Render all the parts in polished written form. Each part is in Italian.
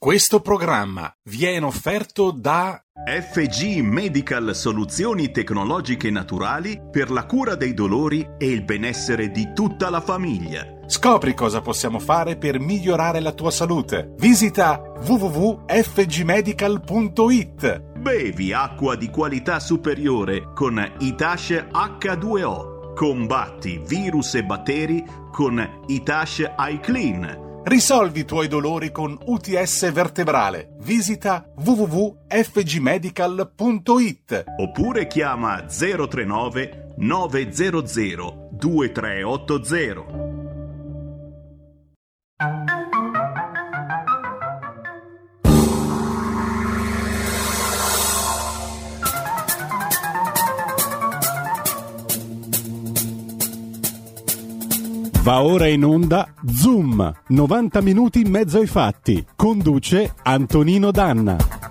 Questo programma viene offerto da FG Medical Soluzioni tecnologiche naturali per la cura dei dolori e il benessere di tutta la famiglia. Scopri cosa possiamo fare per migliorare la tua salute. Visita www.fgmedical.it. Bevi acqua di qualità superiore con Itash H2O. Combatti virus e batteri con Itash iClean. Risolvi i tuoi dolori con UTS vertebrale. Visita www.fgmedical.it. Oppure chiama 039 900 2380. Va ora in onda Zoom, 90 minuti in mezzo ai fatti. Conduce Antonino Danna.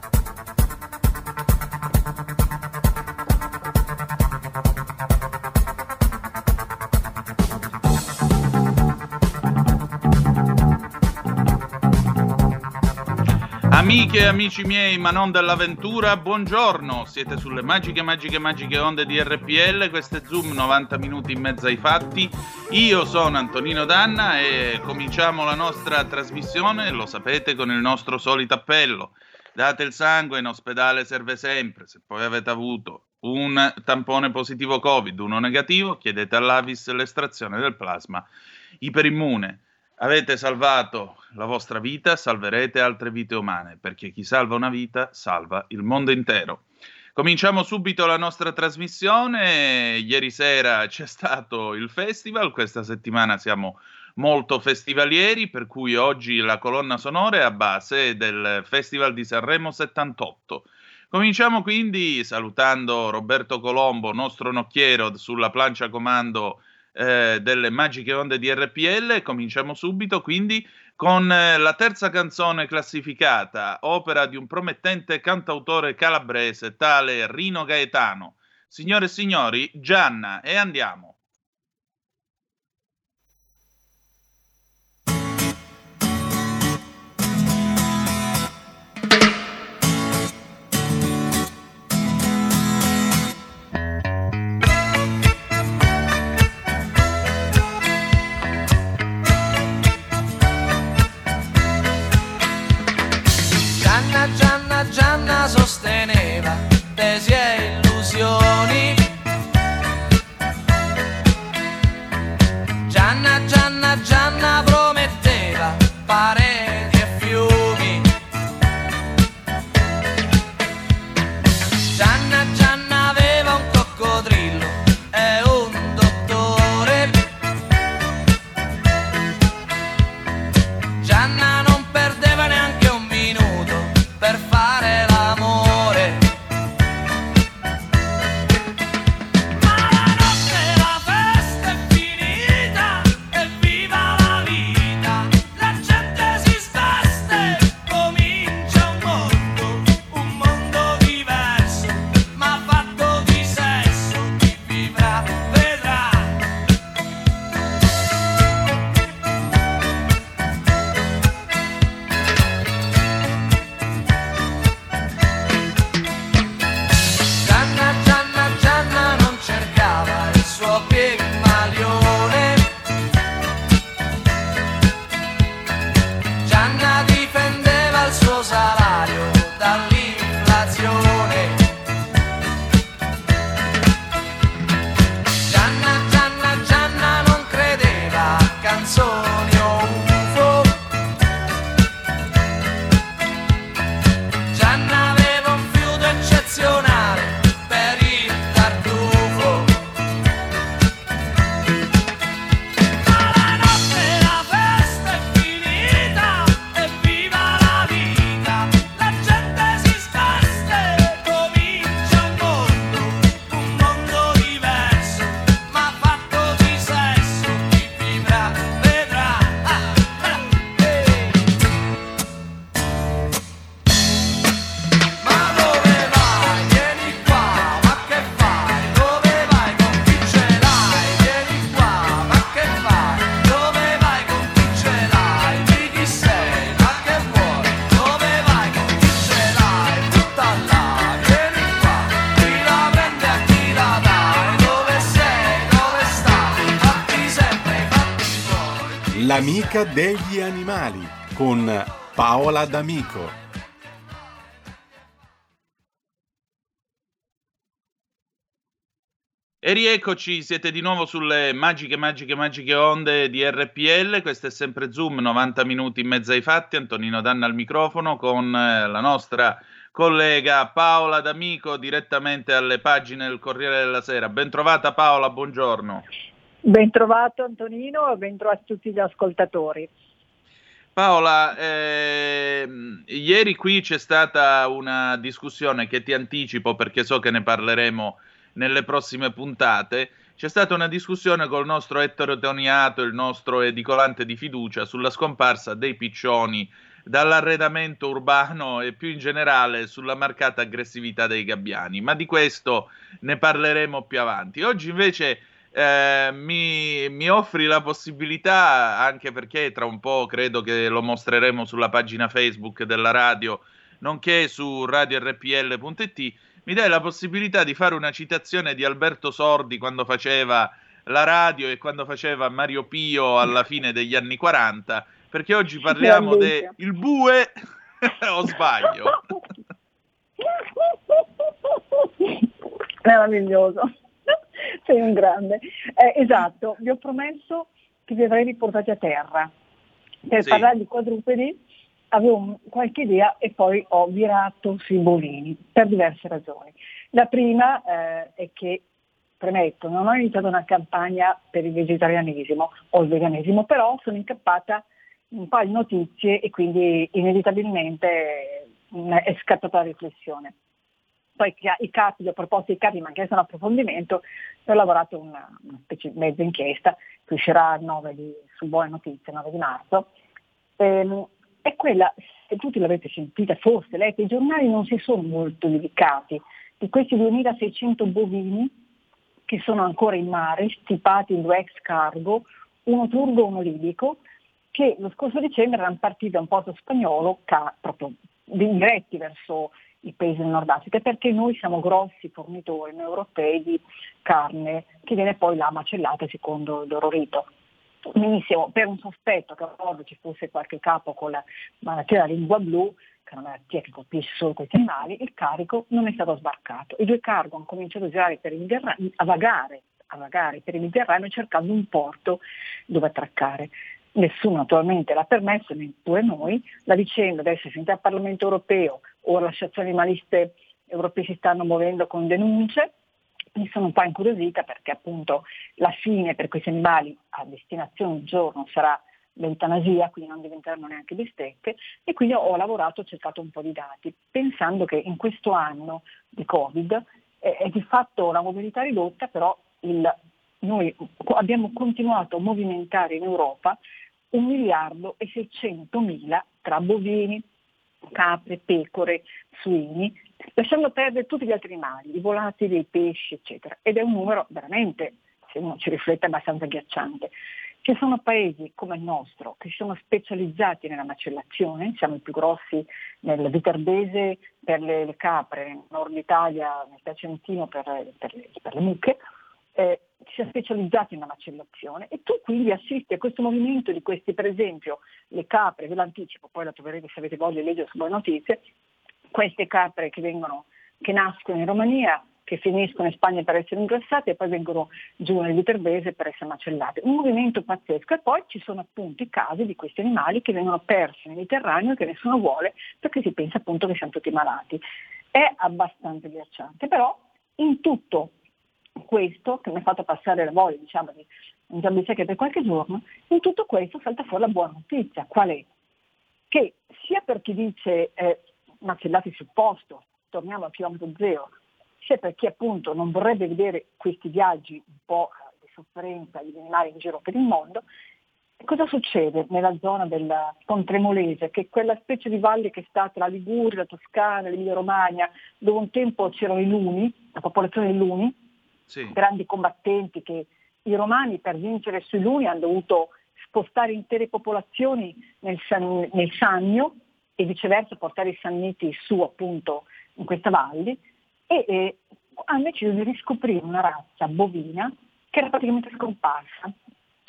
Amiche e amici miei, ma non dell'avventura, buongiorno. Siete sulle magiche onde di RPL. Questo è Zoom, 90 minuti in mezzo ai fatti. Io sono Antonino Danna e cominciamo la nostra trasmissione, lo sapete, con il nostro solito appello. Date il sangue, in ospedale serve sempre. Se poi avete avuto un tampone positivo Covid, uno negativo, chiedete all'Avis l'estrazione del plasma iperimmune. Avete salvato la vostra vita, salverete altre vite umane, perché chi salva una vita salva il mondo intero. Cominciamo subito la nostra trasmissione. Ieri sera c'è stato il festival, questa settimana siamo molto festivalieri, per cui oggi la colonna sonora è a base del Festival di Sanremo 78. Cominciamo quindi salutando Roberto Colombo, nostro nocchiero sulla plancia comando delle magiche onde di RPL. Cominciamo subito quindi con la terza canzone classificata, opera di un promettente cantautore calabrese tale Rino Gaetano. Signore e signori, Gianna, e andiamo. Gianna sosteneva tesi e illusioni. Gianna prometteva pareti e fiumi. Gianna aveva un coccodrillo e un dottore. Gianna non perdeva neanche un minuto per fare l'amore. Ma la notte la festa è finita e viva la vita. La gente L'amica degli animali con Paola D'Amico. E rieccoci, siete di nuovo sulle magiche onde di RPL. Questo è sempre Zoom, 90 minuti in mezzo ai fatti. Antonino Danna al microfono con la nostra collega Paola D'Amico direttamente alle pagine del Corriere della Sera. Ben trovata Paola, buongiorno. Ben trovato Antonino e ben trovati tutti gli ascoltatori. Paola, ieri qui c'è stata una discussione che ti anticipo perché so che ne parleremo nelle prossime puntate. C'è stata una discussione col nostro Ettore Toniato, il nostro edicolante di fiducia, sulla scomparsa dei piccioni dall'arredamento urbano e più in generale sulla marcata aggressività dei gabbiani, ma di questo ne parleremo più avanti. Oggi invece mi offri la possibilità, anche perché tra un po' credo che lo mostreremo sulla pagina Facebook della radio, nonché su radiorpl.it, mi dai la possibilità di fare una citazione di Alberto Sordi quando faceva la radio e quando faceva Mario Pio alla fine degli anni 40, perché oggi parliamo del bue o sbaglio? Meraviglioso, sei un grande. Esatto, vi ho promesso che vi avrei riportati a terra per parlare di quadrupedi. Avevo qualche idea e poi ho virato sui bovini per diverse ragioni. La prima è che, premetto, non ho iniziato una campagna per il vegetarianesimo o il veganesimo, però sono incappata in un paio di notizie e quindi inevitabilmente è scattata la riflessione. Poi i capi, li ho proposto ai capi, ma anche un approfondimento, ho lavorato una specie di mezza inchiesta che uscirà il 9 su Buone Notizie, 9 di marzo. È quella, se tutti l'avete sentita, forse lette, i giornali non si sono molto dedicati di questi 2600 bovini che sono ancora in mare, stipati in 2 ex cargo, uno turco e uno libico, che lo scorso dicembre erano partiti da un porto spagnolo proprio diretti verso i paesi del Nord Africa, perché noi siamo grossi fornitori noi europei di carne che viene poi là macellata secondo il loro rito. Benissimo, per un sospetto che a bordo ci fosse qualche capo con la malattia della lingua blu, che è una malattia che colpisce solo questi animali, il carico non è stato sbarcato. I 2 cargo hanno cominciato a girare per il Mediterraneo, a vagare per il Mediterraneo cercando un porto dove attraccare. Nessuno naturalmente l'ha permesso, neppure noi. La vicenda adesso è finita al Parlamento europeo, ora le associazioni animaliste europee si stanno muovendo con denunce. Mi sono un po' incuriosita perché appunto la fine per questi animali a destinazione un giorno sarà l'eutanasia, quindi non diventeranno neanche bistecche, e quindi ho lavorato, ho cercato un po' di dati, pensando che in questo anno di Covid è di fatto la mobilità ridotta, però noi abbiamo continuato a movimentare in Europa 1.600.000 tra bovini, capre, pecore, suini, lasciando perdere tutti gli altri animali, i volatili, i pesci, eccetera. Ed è un numero veramente, se uno ci riflette, abbastanza agghiacciante. Ci sono paesi come il nostro che sono specializzati nella macellazione, siamo i più grossi nel viterbese per le capre, nel nord Italia, nel Piacentino per le mucche, ci siamo specializzati nella macellazione e tu quindi assisti a questo movimento di questi, per esempio, le capre, ve l'anticipo, poi la troverete se avete voglia di leggere su Buone Notizie, queste capre che nascono in Romania, che finiscono in Spagna per essere ingrassate e poi vengono giù nel viterbese per essere macellate. Un movimento pazzesco. E poi ci sono appunto i casi di questi animali che vengono persi nel Mediterraneo e che nessuno vuole perché si pensa appunto che siamo tutti malati. È abbastanza ghiacciante, però in tutto questo, che mi ha fatto passare la voglia, diciamo, di mangiare bistecche per qualche giorno, in tutto questo salta fuori la buona notizia. Qual è? Che sia per chi dice macellati sul posto, torniamo al chilometro zero, sia per chi appunto non vorrebbe vedere questi viaggi un po' di sofferenza degli animali in giro per il mondo. Cosa succede nella zona del Pontremolese, che è quella specie di valle che sta tra Liguria, la Toscana, l'Emilia Romagna, dove un tempo c'erano i Luni, la popolazione dei Luni, sì, grandi combattenti che i romani per vincere sui Luni hanno dovuto spostare intere popolazioni nel Sannio e viceversa portare i Sanniti su appunto in queste valli e hanno deciso di riscoprire una razza bovina che era praticamente scomparsa.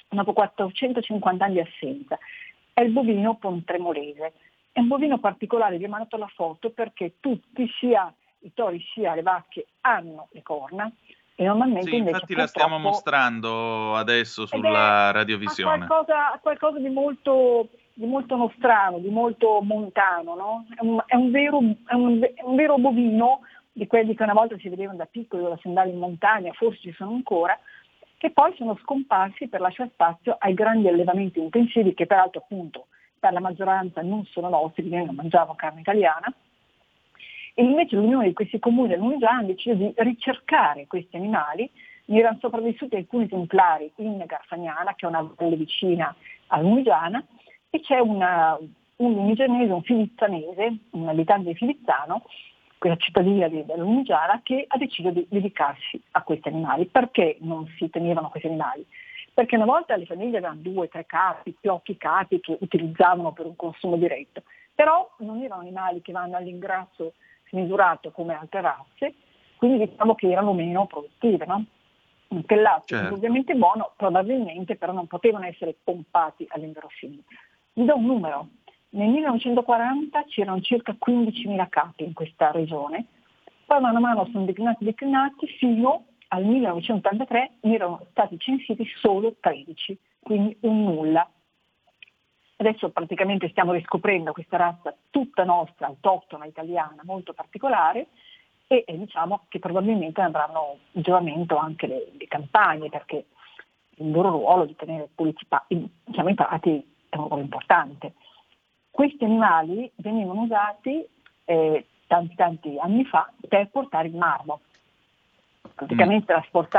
dopo 450 anni di assenza. È il bovino pontremolese. È un bovino particolare, vi ho mandato la foto perché tutti, sia i tori sia le vacche, hanno le corna e normalmente Sì, invece infatti la stiamo mostrando adesso sulla radiovisione. Ha qualcosa di molto nostrano, di molto montano, no? È un vero bovino di quelli che una volta si vedevano da piccoli dove si andava in montagna, forse ci sono ancora, che poi sono scomparsi per lasciare spazio ai grandi allevamenti intensivi che peraltro appunto per la maggioranza non sono nostri, noi non mangiamo carne italiana, e invece l'unione di questi comuni del Lunigiana ha deciso di ricercare questi animali. Ne erano sopravvissuti alcuni esemplari in Garfagnana, che è una valle vicina a Lunigiana, e c'è un lunigianese, un filizzanese, un abitante di Filizzano, quella cittadina di Lunigiana, che ha deciso di dedicarsi a questi animali. Perché non si tenevano questi animali? Perché una volta le famiglie avevano 2, 3 capi, pochi capi che utilizzavano per un consumo diretto, però non erano animali che vanno all'ingrasso smisurato come altre razze, quindi diciamo che erano meno produttive, no? Anche il latte è ovviamente buono, probabilmente però non potevano essere pompati all'inverosimile. Vi do un numero: nel 1940 c'erano circa 15.000 capi in questa regione, poi mano a mano sono declinati fino al 1983 ne erano stati censiti solo 13, quindi un nulla. Adesso praticamente stiamo riscoprendo questa razza tutta nostra, autoctona, italiana, molto particolare, e diciamo che probabilmente avranno giovamento anche le campagne, perché il loro ruolo di tenere puliti i prati è un ruolo importante. Questi animali venivano usati tanti anni fa per portare il marmo. Praticamente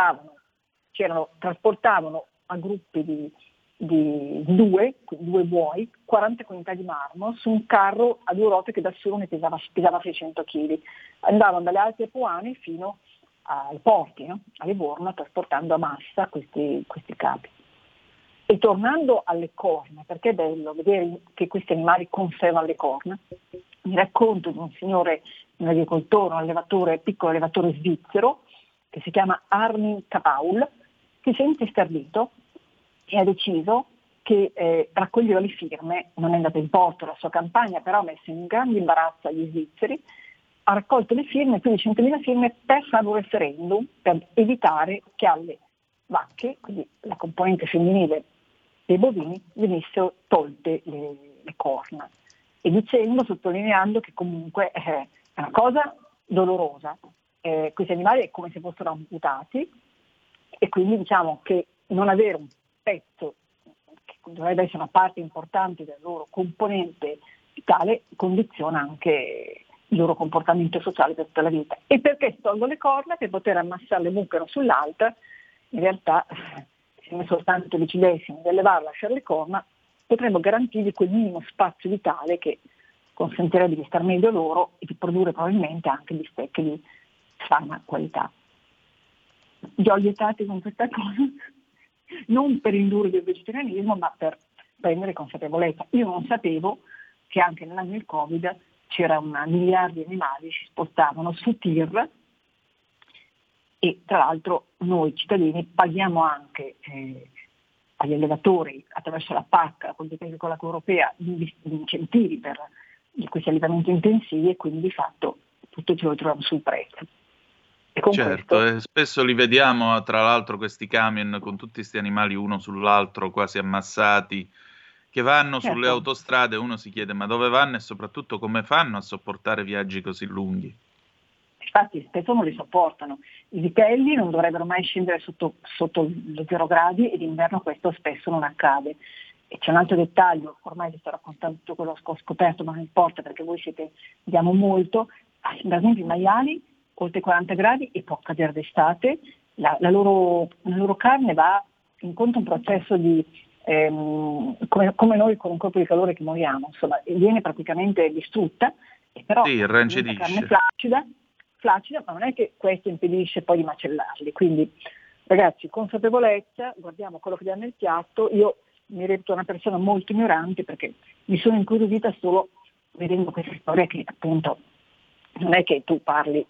trasportavano a gruppi di due buoi, 40 quintali di marmo su un carro a 2 ruote che da solo ne pesava 600 kg. Andavano dalle Alpi Apuane fino ai porti, no? A Livorno, trasportando a massa questi capi. E tornando alle corna, perché è bello vedere che questi animali conservano le corna, mi racconto di un signore, un agricoltore, piccolo allevatore svizzero, che si chiama Armin Kapaul, si sente stordito e ha deciso che raccoglieva le firme, non è andata in porto la sua campagna, però ha messo in grande imbarazzo agli svizzeri, ha raccolto le firme, più di 100.000 firme, per fare un referendum, per evitare che alle vacche, quindi la componente femminile dei bovini, venissero tolte le corna. E sottolineando che comunque è una cosa dolorosa. Questi animali è come se fossero amputati, e quindi diciamo che non avere un pezzo che dovrebbe essere una parte importante del loro componente vitale condiziona anche il loro comportamento sociale per tutta la vita. E perché si tolgono le corna? Per poter ammassare le mucche una sull'altra. In realtà, se noi soltanto decidessimo di allevarle, lasciare le corna, potremmo garantirgli quel minimo spazio vitale che consentirebbe di star meglio loro e di produrre probabilmente anche gli stecchi di sana qualità. Li ho lietati con questa cosa, non per indurre del vegetarianismo, ma per prendere consapevolezza. Io non sapevo che anche nell'anno del Covid c'era miliardi di animali, si spostavano su tir, e tra l'altro noi cittadini paghiamo anche agli allevatori attraverso la PAC, la politica agricola europea, gli incentivi per questi allevamenti intensivi, e quindi di fatto tutto ce lo troviamo sul prezzo. Certo, spesso li vediamo, tra l'altro, questi camion con tutti questi animali uno sull'altro, quasi ammassati, che vanno sulle autostrade. Uno si chiede ma dove vanno e soprattutto come fanno a sopportare viaggi così lunghi. Infatti spesso non li sopportano. I vitelli non dovrebbero mai scendere sotto lo 0 gradi, e d'inverno questo spesso non accade. E c'è un altro dettaglio, ormai vi sto raccontando tutto quello che ho scoperto, ma non importa perché voi vediamo molto. Per esempio i maiali oltre 40 gradi, e può accadere d'estate, la loro carne va incontro a un processo di come noi con un colpo di calore che moriamo, insomma, viene praticamente distrutta, e però irrancidisce. Carne flaccida, ma non è che questo impedisce poi di macellarli. Quindi ragazzi, consapevolezza, guardiamo quello che abbiamo nel piatto. Io mi reputo una persona molto ignorante perché mi sono incuriosita solo vedendo questa storia, che appunto non è che tu parli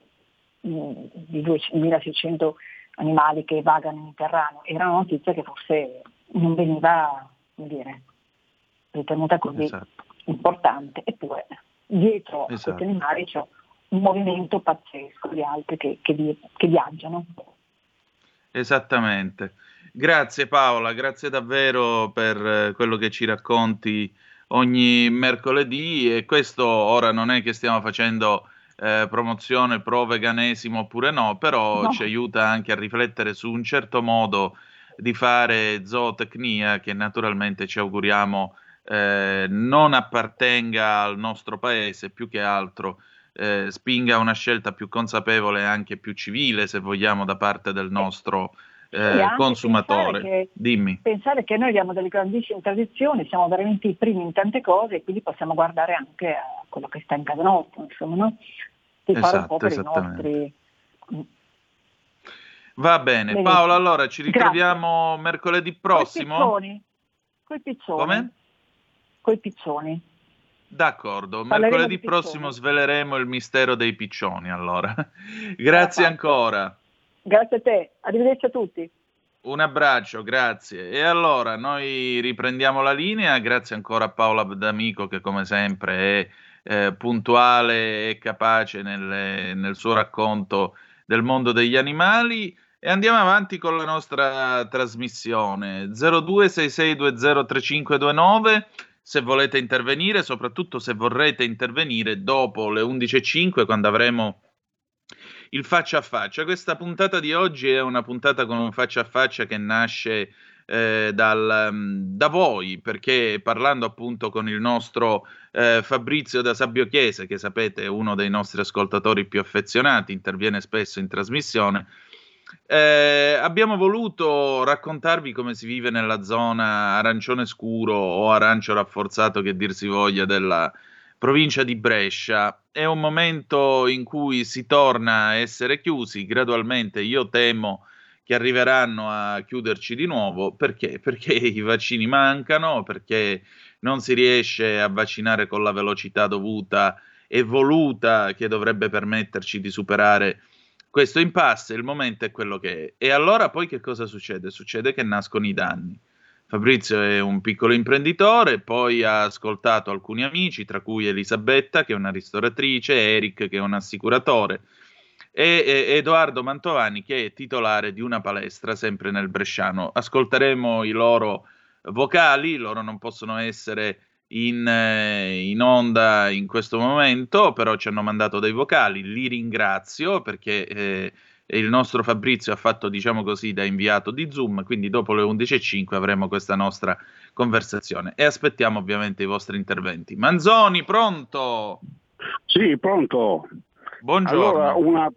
di 2.600 animali che vagano in Mediterraneo, era una notizia che forse non veniva, come dire, ritenuta così Esatto. importante. Eppure dietro a Esatto. questi animali c'è un movimento pazzesco di altri che viaggiano. Esattamente. Grazie Paola, grazie davvero per quello che ci racconti ogni mercoledì, e questo ora non è che stiamo facendo promozione pro veganesimo oppure no, però No. ci aiuta anche a riflettere su un certo modo di fare zootecnia che naturalmente ci auguriamo non appartenga al nostro paese, più che altro spinga a una scelta più consapevole e anche più civile, se vogliamo, da parte del nostro E anche consumatore. Dimmi. pensare che noi abbiamo delle grandissime tradizioni, siamo veramente i primi in tante cose, e quindi possiamo guardare anche a quello che sta in casa nostra, insomma, no? Di fare un po' per i Esattamente. nostri. Va bene, Benissimo. Paola, allora ci ritroviamo mercoledì prossimo? Coi piccioni. Come? Coi piccioni. D'accordo, Parleremo mercoledì di piccioni. prossimo sveleremo il mistero dei piccioni, allora. Grazie Fatto. ancora. Grazie a te, arrivederci a tutti. Un abbraccio, grazie. E allora noi riprendiamo la linea, grazie ancora a Paola D'Amico che come sempre è puntuale e capace nel suo racconto del mondo degli animali, e andiamo avanti con la nostra trasmissione 0266203529 se volete intervenire, soprattutto se vorrete intervenire dopo le 11:05 quando avremo il faccia a faccia. Questa puntata di oggi è una puntata con un faccia a faccia che nasce da voi, perché parlando appunto con il nostro Fabrizio da Sabbio Chiese, che sapete è uno dei nostri ascoltatori più affezionati, interviene spesso in trasmissione, abbiamo voluto raccontarvi come si vive nella zona arancione scuro o arancio rafforzato, che dir si voglia, della provincia di Brescia. È un momento in cui si torna a essere chiusi gradualmente. Io temo che arriveranno a chiuderci di nuovo. Perché? Perché i vaccini mancano, perché non si riesce a vaccinare con la velocità dovuta e voluta che dovrebbe permetterci di superare questo impasse. Il momento è quello che è. E allora poi che cosa succede? Succede che nascono i danni. Fabrizio è un piccolo imprenditore, poi ha ascoltato alcuni amici, tra cui Elisabetta, che è una ristoratrice, Eric, che è un assicuratore, e Edoardo Mantovani, che è titolare di una palestra sempre nel Bresciano. Ascolteremo i loro vocali, loro non possono essere in onda in questo momento, però ci hanno mandato dei vocali, li ringrazio perché il nostro Fabrizio ha fatto, diciamo così, da inviato di Zoom, quindi dopo le 11:05 avremo questa nostra conversazione e aspettiamo ovviamente i vostri interventi. Manzoni, pronto? Sì, pronto. Buongiorno. Allora,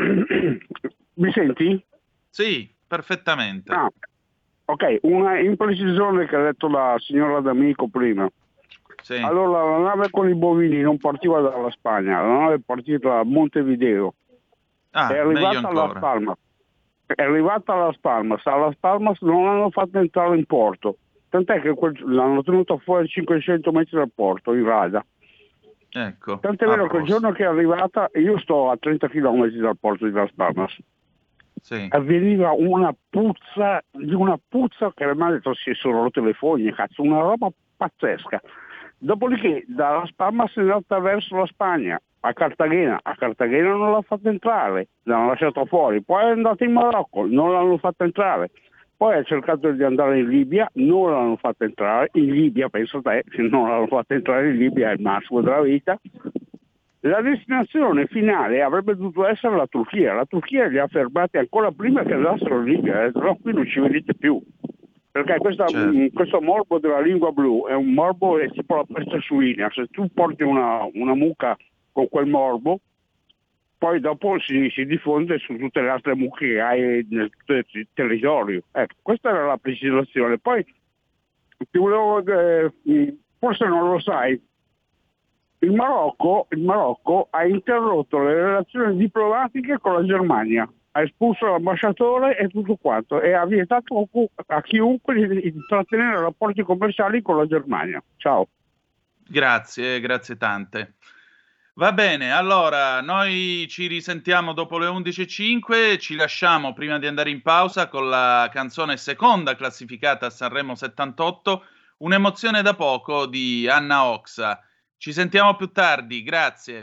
mi senti? Sì, perfettamente. Ah, ok, una imprecisione che ha detto la signora D'Amico prima. Sì. Allora, la nave con i bovini non partiva dalla Spagna, la nave partiva da Montevideo. Ah, È meglio arrivata alla ancora. Palma. È arrivata alla Palmas. Alla Palmas non l'hanno fatta entrare in porto. Tant'è che l'hanno tenuta fuori 500 metri dal porto, in rada. Ecco. Tant'è vero che il giorno che è arrivata, io sto a 30 km dal porto di Las Palmas, Sì. avveniva una puzza che mi ha detto si sono rotte le foglie, cazzo, una roba pazzesca. Dopodiché da Las Palmas è andata verso la Spagna, a Cartagena non l'ha fatta entrare, l'hanno lasciata fuori, poi è andata in Marocco, non l'hanno fatta entrare, poi ha cercato di andare in Libia, non l'hanno fatta entrare, in Libia, penso te, se non l'hanno fatta entrare in Libia è il massimo della vita. La destinazione finale avrebbe dovuto essere la Turchia li ha fermati ancora prima che andassero in Libia, no, qui non ci vedete più. Perché Certo. questo morbo della lingua blu è un morbo, è tipo la peste suina, se tu porti una mucca con quel morbo, poi dopo si diffonde su tutte le altre mucche che hai nel territorio. Ecco, questa era la precisazione. Poi ti volevo, forse non lo sai, il Marocco ha interrotto le relazioni diplomatiche con la Germania, ha espulso l'ambasciatore e tutto quanto, e ha vietato a chiunque di intrattenere rapporti commerciali con la Germania. Ciao. Grazie tante. Va bene, allora noi ci risentiamo dopo le 11.05, ci lasciamo prima di andare in pausa con la canzone seconda classificata a Sanremo 78, Un'emozione da poco di Anna Oxa. Ci sentiamo più tardi, grazie.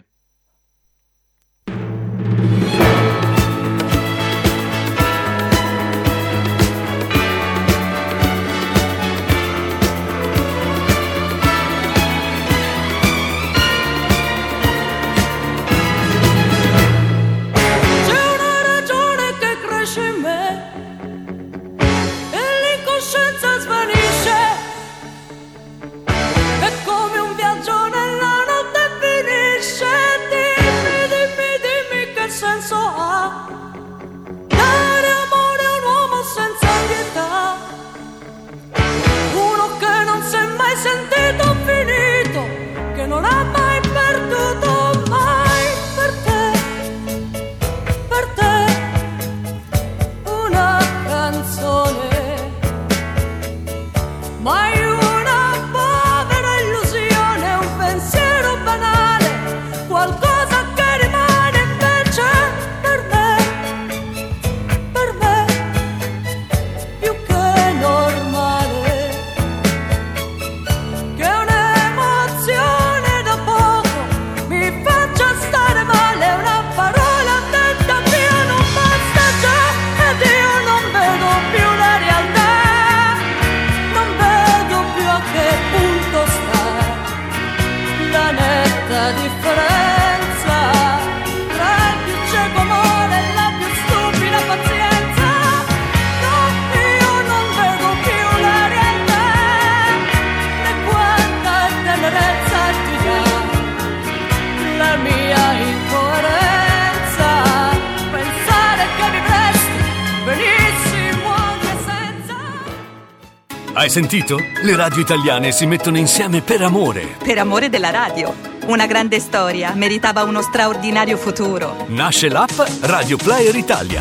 Hai sentito? Le radio italiane si mettono insieme per amore. Per amore della radio. Una grande storia meritava uno straordinario futuro. Nasce l'app Radio Player Italia.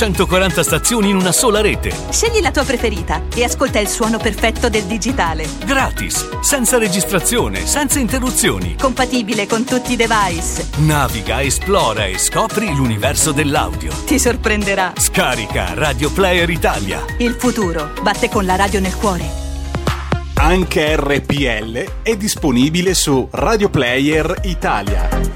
140 stazioni in una sola rete. Scegli la tua preferita e ascolta il suono perfetto del digitale. Gratis, senza registrazione, senza interruzioni. Compatibile con tutti i device. Naviga, esplora e scopri l'universo dell'audio. Ti sorprenderà. Scarica Radio Player Italia. Il futuro batte con la radio nel cuore. Anche RPL è disponibile su Radio Player Italia.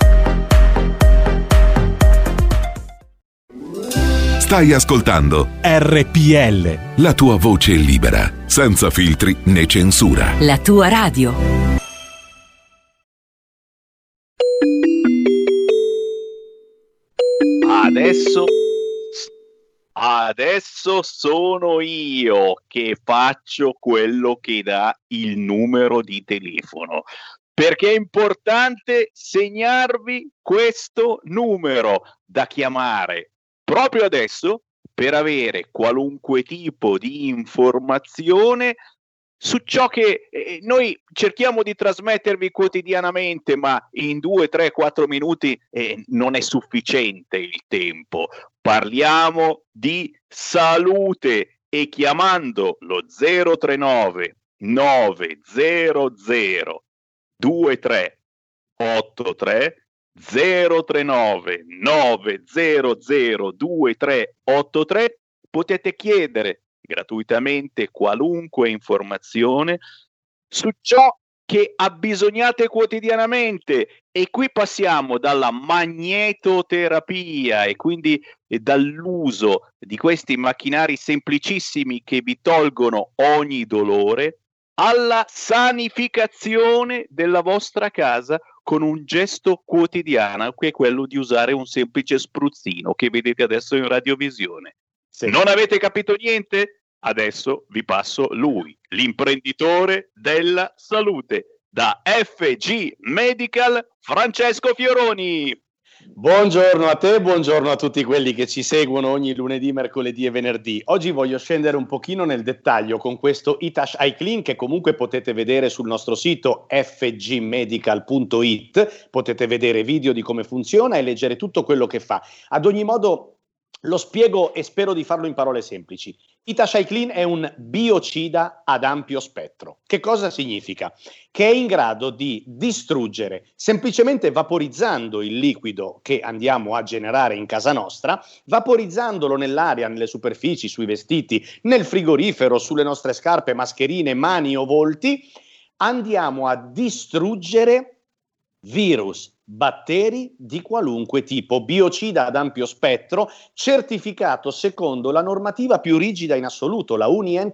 Stai ascoltando RPL, la tua voce libera, senza filtri né censura. La tua radio. Adesso sono io che faccio quello che dà il numero di telefono, perché è importante segnarvi questo numero da chiamare proprio adesso per avere qualunque tipo di informazione su ciò che noi cerchiamo di trasmettervi quotidianamente, ma in 2, 3, 4 minuti non è sufficiente il tempo. Parliamo di salute e chiamando lo 039 900 2383 039 900 2383 potete chiedere gratuitamente qualunque informazione su ciò che abbisognate quotidianamente, e qui passiamo dalla magnetoterapia e quindi dall'uso di questi macchinari semplicissimi che vi tolgono ogni dolore alla sanificazione della vostra casa con un gesto quotidiano, che è quello di usare un semplice spruzzino che vedete adesso in radiovisione. Se non avete capito niente, adesso vi passo lui, l'imprenditore della salute, da FG Medical, Francesco Fioroni. Buongiorno a te, buongiorno a tutti quelli che ci seguono ogni lunedì, mercoledì e venerdì. Oggi voglio scendere un pochino nel dettaglio con questo Itash iClean, che comunque potete vedere sul nostro sito fgmedical.it, potete vedere video di come funziona e leggere tutto quello che fa. Ad ogni modo lo spiego e spero di farlo in parole semplici. Hitachi iClean è un biocida ad ampio spettro. Che cosa significa? Che è in grado di distruggere, semplicemente vaporizzando il liquido che andiamo a generare in casa nostra, vaporizzandolo nell'aria, nelle superfici, sui vestiti, nel frigorifero, sulle nostre scarpe, mascherine, mani o volti, andiamo a distruggere virus, batteri di qualunque tipo, biocida ad ampio spettro, certificato secondo la normativa più rigida in assoluto, la UNI-EN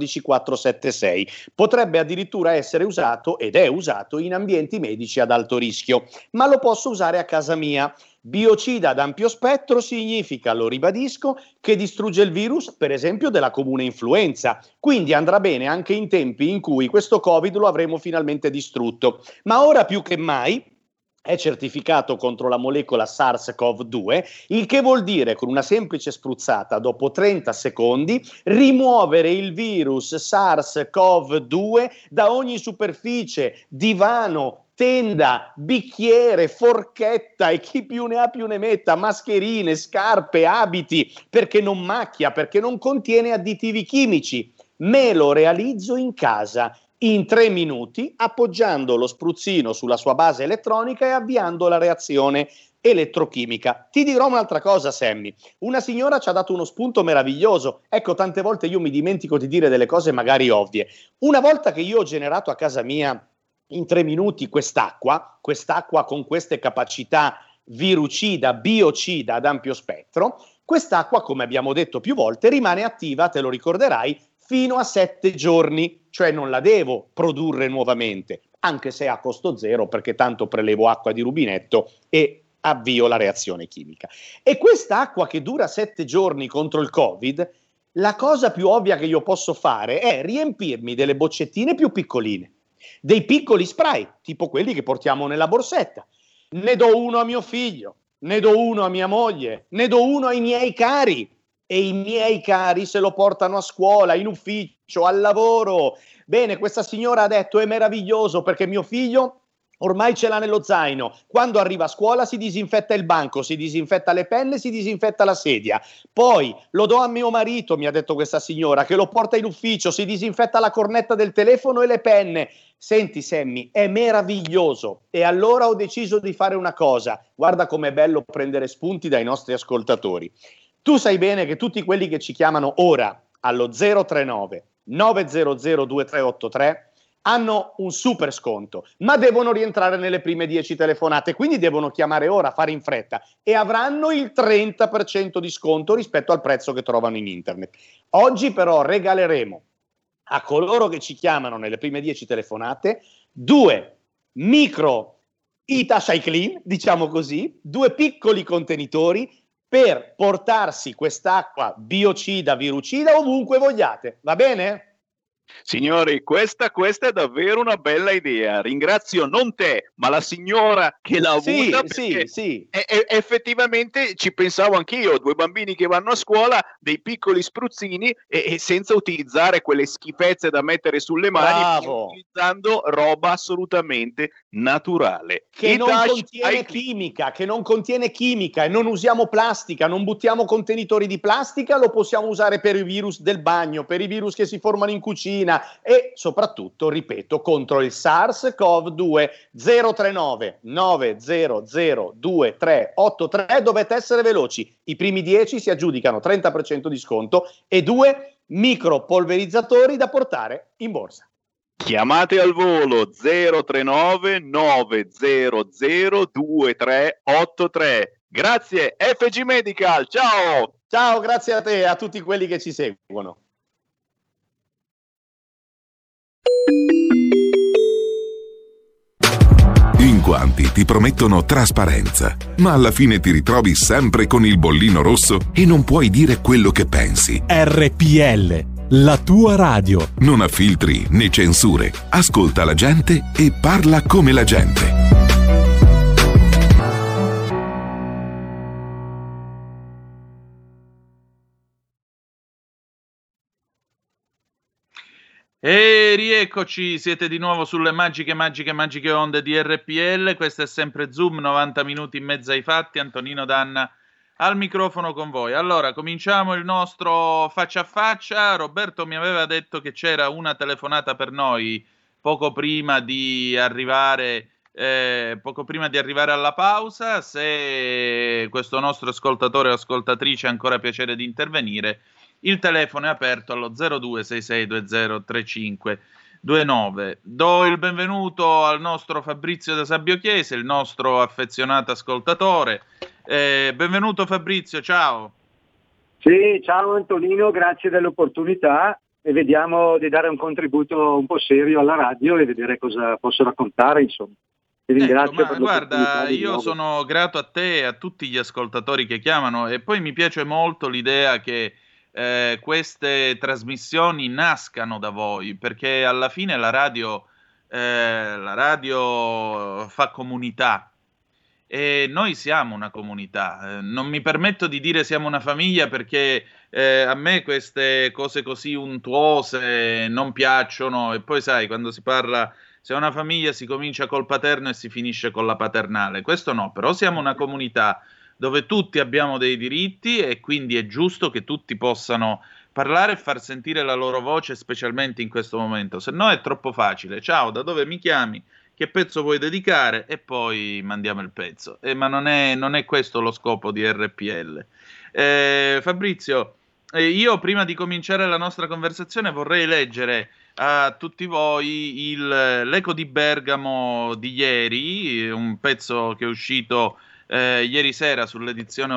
14476. Potrebbe addirittura essere usato, ed è usato, in ambienti medici ad alto rischio, ma lo posso usare a casa mia. Biocida ad ampio spettro significa, lo ribadisco, che distrugge il virus, per esempio, della comune influenza. Quindi andrà bene anche in tempi in cui questo Covid lo avremo finalmente distrutto. Ma ora più che mai è certificato contro la molecola SARS-CoV-2, il che vuol dire, con una semplice spruzzata, dopo 30 secondi, rimuovere il virus SARS-CoV-2 da ogni superficie, divano, tenda, bicchiere, forchetta e chi più ne ha più ne metta, mascherine, scarpe, abiti, perché non macchia, perché non contiene additivi chimici. Me lo realizzo in casa in 3 minuti, appoggiando lo spruzzino sulla sua base elettronica e avviando la reazione elettrochimica. Ti dirò un'altra cosa, Sammy. Una signora ci ha dato uno spunto meraviglioso. Ecco, tante volte io mi dimentico di dire delle cose magari ovvie. Una volta che io ho generato a casa mia in 3 minuti quest'acqua con queste capacità virucida, biocida ad ampio spettro, quest'acqua, come abbiamo detto più volte, rimane attiva, te lo ricorderai, fino a 7 giorni, cioè non la devo produrre nuovamente, anche se a costo zero, perché tanto prelevo acqua di rubinetto e avvio la reazione chimica. E quest'acqua che dura 7 giorni contro il Covid, la cosa più ovvia che io posso fare è riempirmi delle boccettine più piccoline, dei piccoli spray, tipo quelli che portiamo nella borsetta. Ne do uno a mio figlio, ne do uno a mia moglie, ne do uno ai miei cari, e i miei cari se lo portano a scuola, in ufficio, al lavoro. Bene, questa signora ha detto: è meraviglioso perché mio figlio ormai ce l'ha nello zaino. Quando arriva a scuola si disinfetta il banco, si disinfetta le penne, si disinfetta la sedia. Poi lo do a mio marito, mi ha detto questa signora, che lo porta in ufficio, si disinfetta la cornetta del telefono e le penne. Senti Sammy, è meraviglioso. E allora ho deciso di fare una cosa. Guarda com'è bello prendere spunti dai nostri ascoltatori. Tu sai bene che tutti quelli che ci chiamano ora allo 039 900 2383 hanno un super sconto, ma devono rientrare nelle prime 10 telefonate, quindi devono chiamare ora, fare in fretta, e avranno il 30% di sconto rispetto al prezzo che trovano in internet. Oggi però regaleremo a coloro che ci chiamano nelle prime 10 telefonate 2 micro Hitachi iClean, diciamo così, 2 piccoli contenitori per portarsi quest'acqua biocida, virucida ovunque vogliate, va bene? Signori, questa è davvero una bella idea. Ringrazio non te, ma la signora che l'ha avuta. Sì. Effettivamente ci pensavo anch'io. 2 bambini che vanno a scuola, dei piccoli spruzzini e senza utilizzare quelle schifezze da mettere sulle mani, utilizzando roba assolutamente naturale. Che non contiene chimica e non usiamo plastica, non buttiamo contenitori di plastica, lo possiamo usare per i virus del bagno, per i virus che si formano in cucina e soprattutto, ripeto, contro il SARS-CoV-2. 039 900 2383. Dovete essere veloci, i primi 10 si aggiudicano 30% di sconto e 2 micropolverizzatori da portare in borsa. Chiamate al volo 039 900 2383. Grazie FG Medical, ciao, grazie a te e a tutti quelli che ci seguono. In quanti ti promettono trasparenza, ma alla fine ti ritrovi sempre con il bollino rosso e non puoi dire quello che pensi. RPL, la tua radio. Non ha filtri né censure. Ascolta la gente e parla come la gente. E rieccoci, siete di nuovo sulle magiche onde di RPL. Questo è sempre Zoom, 90 minuti in mezzo ai fatti. Antonino Danna al microfono con voi. Allora, cominciamo il nostro faccia a faccia. Roberto mi aveva detto che c'era una telefonata per noi poco prima di arrivare alla pausa. Se questo nostro ascoltatore o ascoltatrice ha ancora piacere di intervenire, il telefono è aperto allo 0266203529. Do il benvenuto al nostro Fabrizio da Sabbio Chiese, il nostro affezionato ascoltatore. Benvenuto Fabrizio, ciao. Sì, ciao Antonino, grazie dell'opportunità e vediamo di dare un contributo un po' serio alla radio e vedere cosa posso raccontare, insomma. Ti ringrazio per guarda, io sono grato a te e a tutti gli ascoltatori che chiamano, e poi mi piace molto l'idea che queste trasmissioni nascano da voi, perché alla fine la radio fa comunità e noi siamo una comunità. Non mi permetto di dire siamo una famiglia perché a me queste cose così untuose non piacciono, e poi sai, quando si parla, se è una famiglia si comincia col paterno e si finisce con la paternale. Questo no, però siamo una comunità dove tutti abbiamo dei diritti e quindi è giusto che tutti possano parlare e far sentire la loro voce, specialmente in questo momento. Se no è troppo facile. Ciao, da dove mi chiami? Che pezzo vuoi dedicare? E poi mandiamo il pezzo. Ma non è questo lo scopo di RPL. Fabrizio, io prima di cominciare la nostra conversazione vorrei leggere a tutti voi l'Eco di Bergamo di ieri, un pezzo che è uscito ieri sera sull'edizione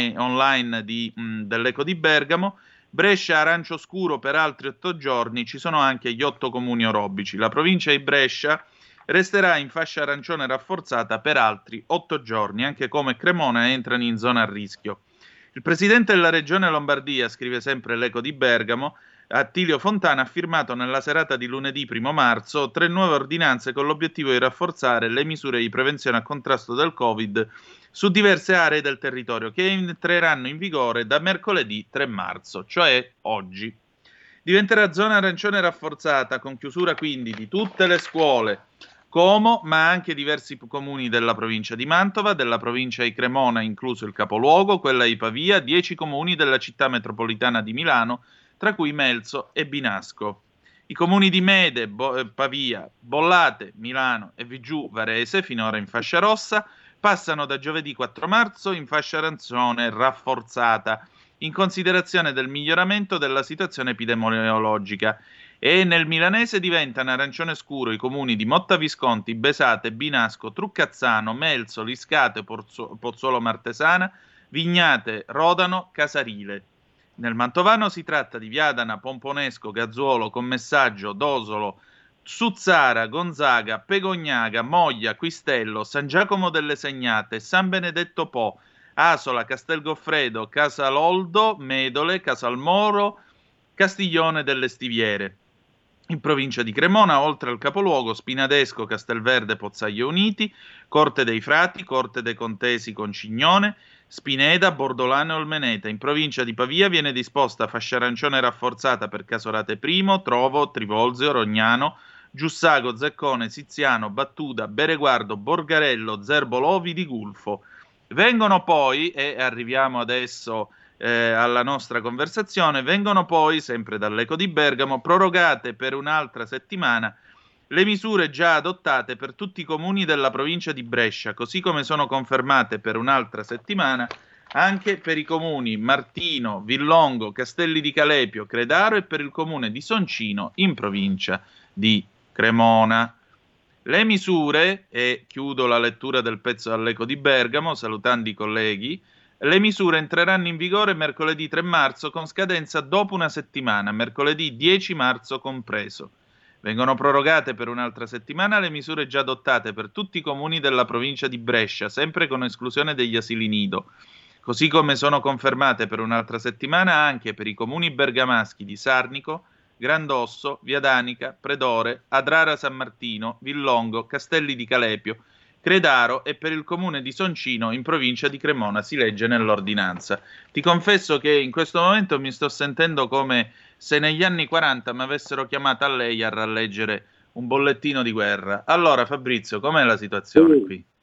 online dell'Eco di Bergamo. Brescia arancio scuro per altri 8 giorni, ci sono anche gli 8 comuni orobici. La provincia di Brescia resterà in fascia arancione rafforzata per altri 8 giorni, anche come Cremona entrano in zona a rischio. Il presidente della regione Lombardia, scrive sempre l'Eco di Bergamo, Attilio Fontana, ha firmato nella serata di lunedì 1 marzo 3 nuove ordinanze con l'obiettivo di rafforzare le misure di prevenzione a contrasto del Covid su diverse aree del territorio, che entreranno in vigore da mercoledì 3 marzo, cioè oggi. Diventerà zona arancione rafforzata, con chiusura quindi di tutte le scuole, Como, ma anche diversi comuni della provincia di Mantova, della provincia di Cremona, incluso il capoluogo, quella di Pavia, 10 comuni della città metropolitana di Milano, tra cui Melzo e Binasco. I comuni di Mede, Pavia, Bollate, Milano e Vigiù Varese, finora in fascia rossa, passano da giovedì 4 marzo in fascia arancione rafforzata, in considerazione del miglioramento della situazione epidemiologica. E nel milanese diventano arancione scuro i comuni di Motta Visconti, Besate, Binasco, Truccazzano, Melzo, Liscate, Pozzuolo Martesana, Vignate, Rodano, Casarile. Nel mantovano si tratta di Viadana, Pomponesco, Gazzuolo, Commessaggio, Dosolo, Suzzara, Gonzaga, Pegognaga, Moglia, Quistello, San Giacomo delle Segnate, San Benedetto Po, Asola, Castelgoffredo, Casaloldo, Medole, Casalmoro, Castiglione delle Stiviere. In provincia di Cremona, oltre al capoluogo, Spinadesco, Castelverde, Pozzaglio Uniti, Corte dei Frati, Corte dei Contesi, Concignone, Spineda, Bordolano e Olmeneta. In provincia di Pavia viene disposta fascia arancione rafforzata per Casorate I, Trovo, Trivolzio, Rognano, Giussago, Zeccone, Siziano, Battuda, Bereguardo, Borgarello, Zerbolovi di Gulfo. Vengono poi, e arriviamo adesso alla nostra conversazione, vengono poi, sempre dall'Eco di Bergamo, prorogate per un'altra settimana le misure già adottate per tutti i comuni della provincia di Brescia, così come sono confermate per un'altra settimana anche per i comuni Martino, Villongo, Castelli di Calepio, Credaro e per il comune di Soncino in provincia di Cremona. Le misure, e chiudo la lettura del pezzo dall'Eco di Bergamo salutando i colleghi, le misure entreranno in vigore mercoledì 3 marzo con scadenza dopo una settimana, mercoledì 10 marzo compreso. Vengono prorogate per un'altra settimana le misure già adottate per tutti i comuni della provincia di Brescia, sempre con esclusione degli asili nido, così come sono confermate per un'altra settimana anche per i comuni bergamaschi di Sarnico, Grandosso, Viadanica, Predore, Adrara San Martino, Villongo, Castelli di Calepio, Credaro e per il comune di Soncino in provincia di Cremona, si legge nell'ordinanza. Ti confesso che in questo momento mi sto sentendo come se negli anni 40 mi avessero chiamato a lei a leggere un bollettino di guerra. Allora Fabrizio, com'è la situazione qui?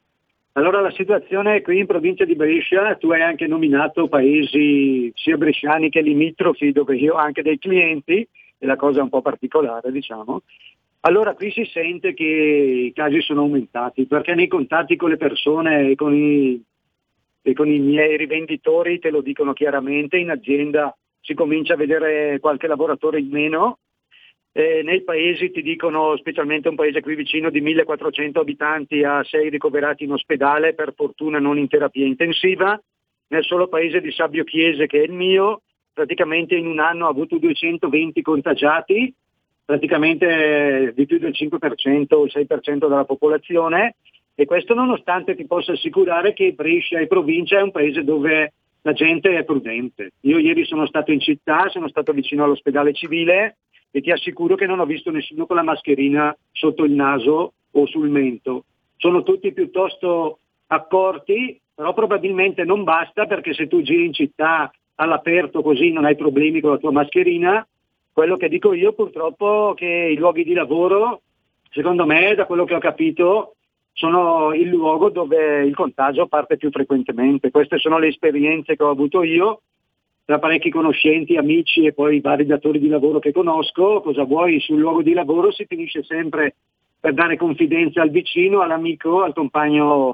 Allora la situazione qui in provincia di Brescia, tu hai anche nominato paesi sia bresciani che limitrofi dove io ho anche dei clienti, e la cosa è un po' particolare diciamo. Allora qui si sente che i casi sono aumentati, perché nei contatti con le persone e con i miei rivenditori te lo dicono chiaramente, in azienda si comincia a vedere qualche lavoratore in meno, nei paesi ti dicono, specialmente un paese qui vicino di 1400 abitanti ha 6 ricoverati in ospedale, per fortuna non in terapia intensiva. Nel solo paese di Sabbio Chiese, che è il mio, praticamente in un anno ha avuto 220 contagiati, praticamente di più del 5% o il 6% della popolazione, e questo nonostante ti posso assicurare che Brescia e provincia è un paese dove la gente è prudente. Io ieri sono stato in città, sono stato vicino all'ospedale civile e ti assicuro che non ho visto nessuno con la mascherina sotto il naso o sul mento. Sono tutti piuttosto accorti, però probabilmente non basta, perché se tu giri in città all'aperto così non hai problemi con la tua mascherina. Quello che dico io purtroppo è che i luoghi di lavoro, secondo me, da quello che ho capito, sono il luogo dove il contagio parte più frequentemente. Queste sono le esperienze che ho avuto io, tra parecchi conoscenti, amici e poi vari datori di lavoro che conosco. Cosa vuoi, sul luogo di lavoro si finisce sempre per dare confidenza al vicino, all'amico, al compagno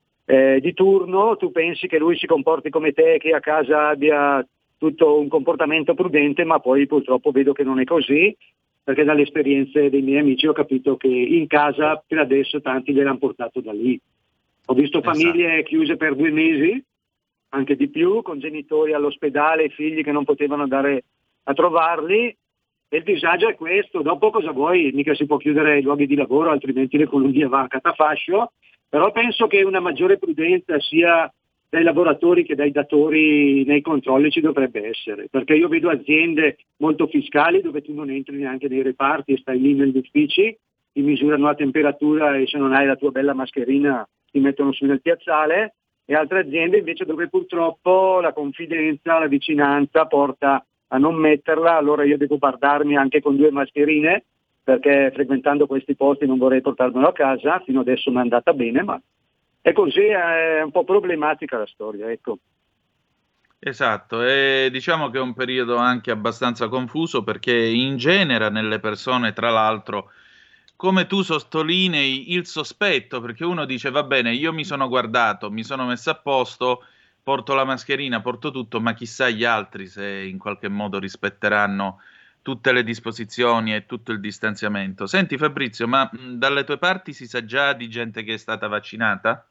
di turno. Tu pensi che lui si comporti come te, che a casa abbia tutto un comportamento prudente, ma poi purtroppo vedo che non è così, perché dalle esperienze dei miei amici ho capito che in casa per adesso tanti gliel'hanno portato da lì. Ho visto famiglie chiuse per 2 mesi, anche di più, con genitori all'ospedale, figli che non potevano andare a trovarli, e il disagio è questo. Dopo cosa vuoi? Mica si può chiudere i luoghi di lavoro, altrimenti l'economia va a catafascio, però penso che una maggiore prudenza sia dai lavoratori che dai datori nei controlli ci dovrebbe essere, perché io vedo aziende molto fiscali dove tu non entri neanche nei reparti e stai lì negli uffici, ti misurano la temperatura e se non hai la tua bella mascherina ti mettono su nel piazzale, e altre aziende invece dove purtroppo la confidenza, la vicinanza porta a non metterla. Allora io devo guardarmi anche con 2 mascherine, perché frequentando questi posti non vorrei portarmelo a casa. Fino adesso mi è andata bene, ma è così, è un po' problematica la storia, ecco. Esatto, e diciamo che è un periodo anche abbastanza confuso, perché ingenera nelle persone, tra l'altro, come tu sottolinei, il sospetto, perché uno dice va bene, io mi sono guardato, mi sono messo a posto, porto la mascherina, porto tutto, ma chissà gli altri se in qualche modo rispetteranno tutte le disposizioni e tutto il distanziamento. Senti Fabrizio, ma dalle tue parti si sa già di gente che è stata vaccinata?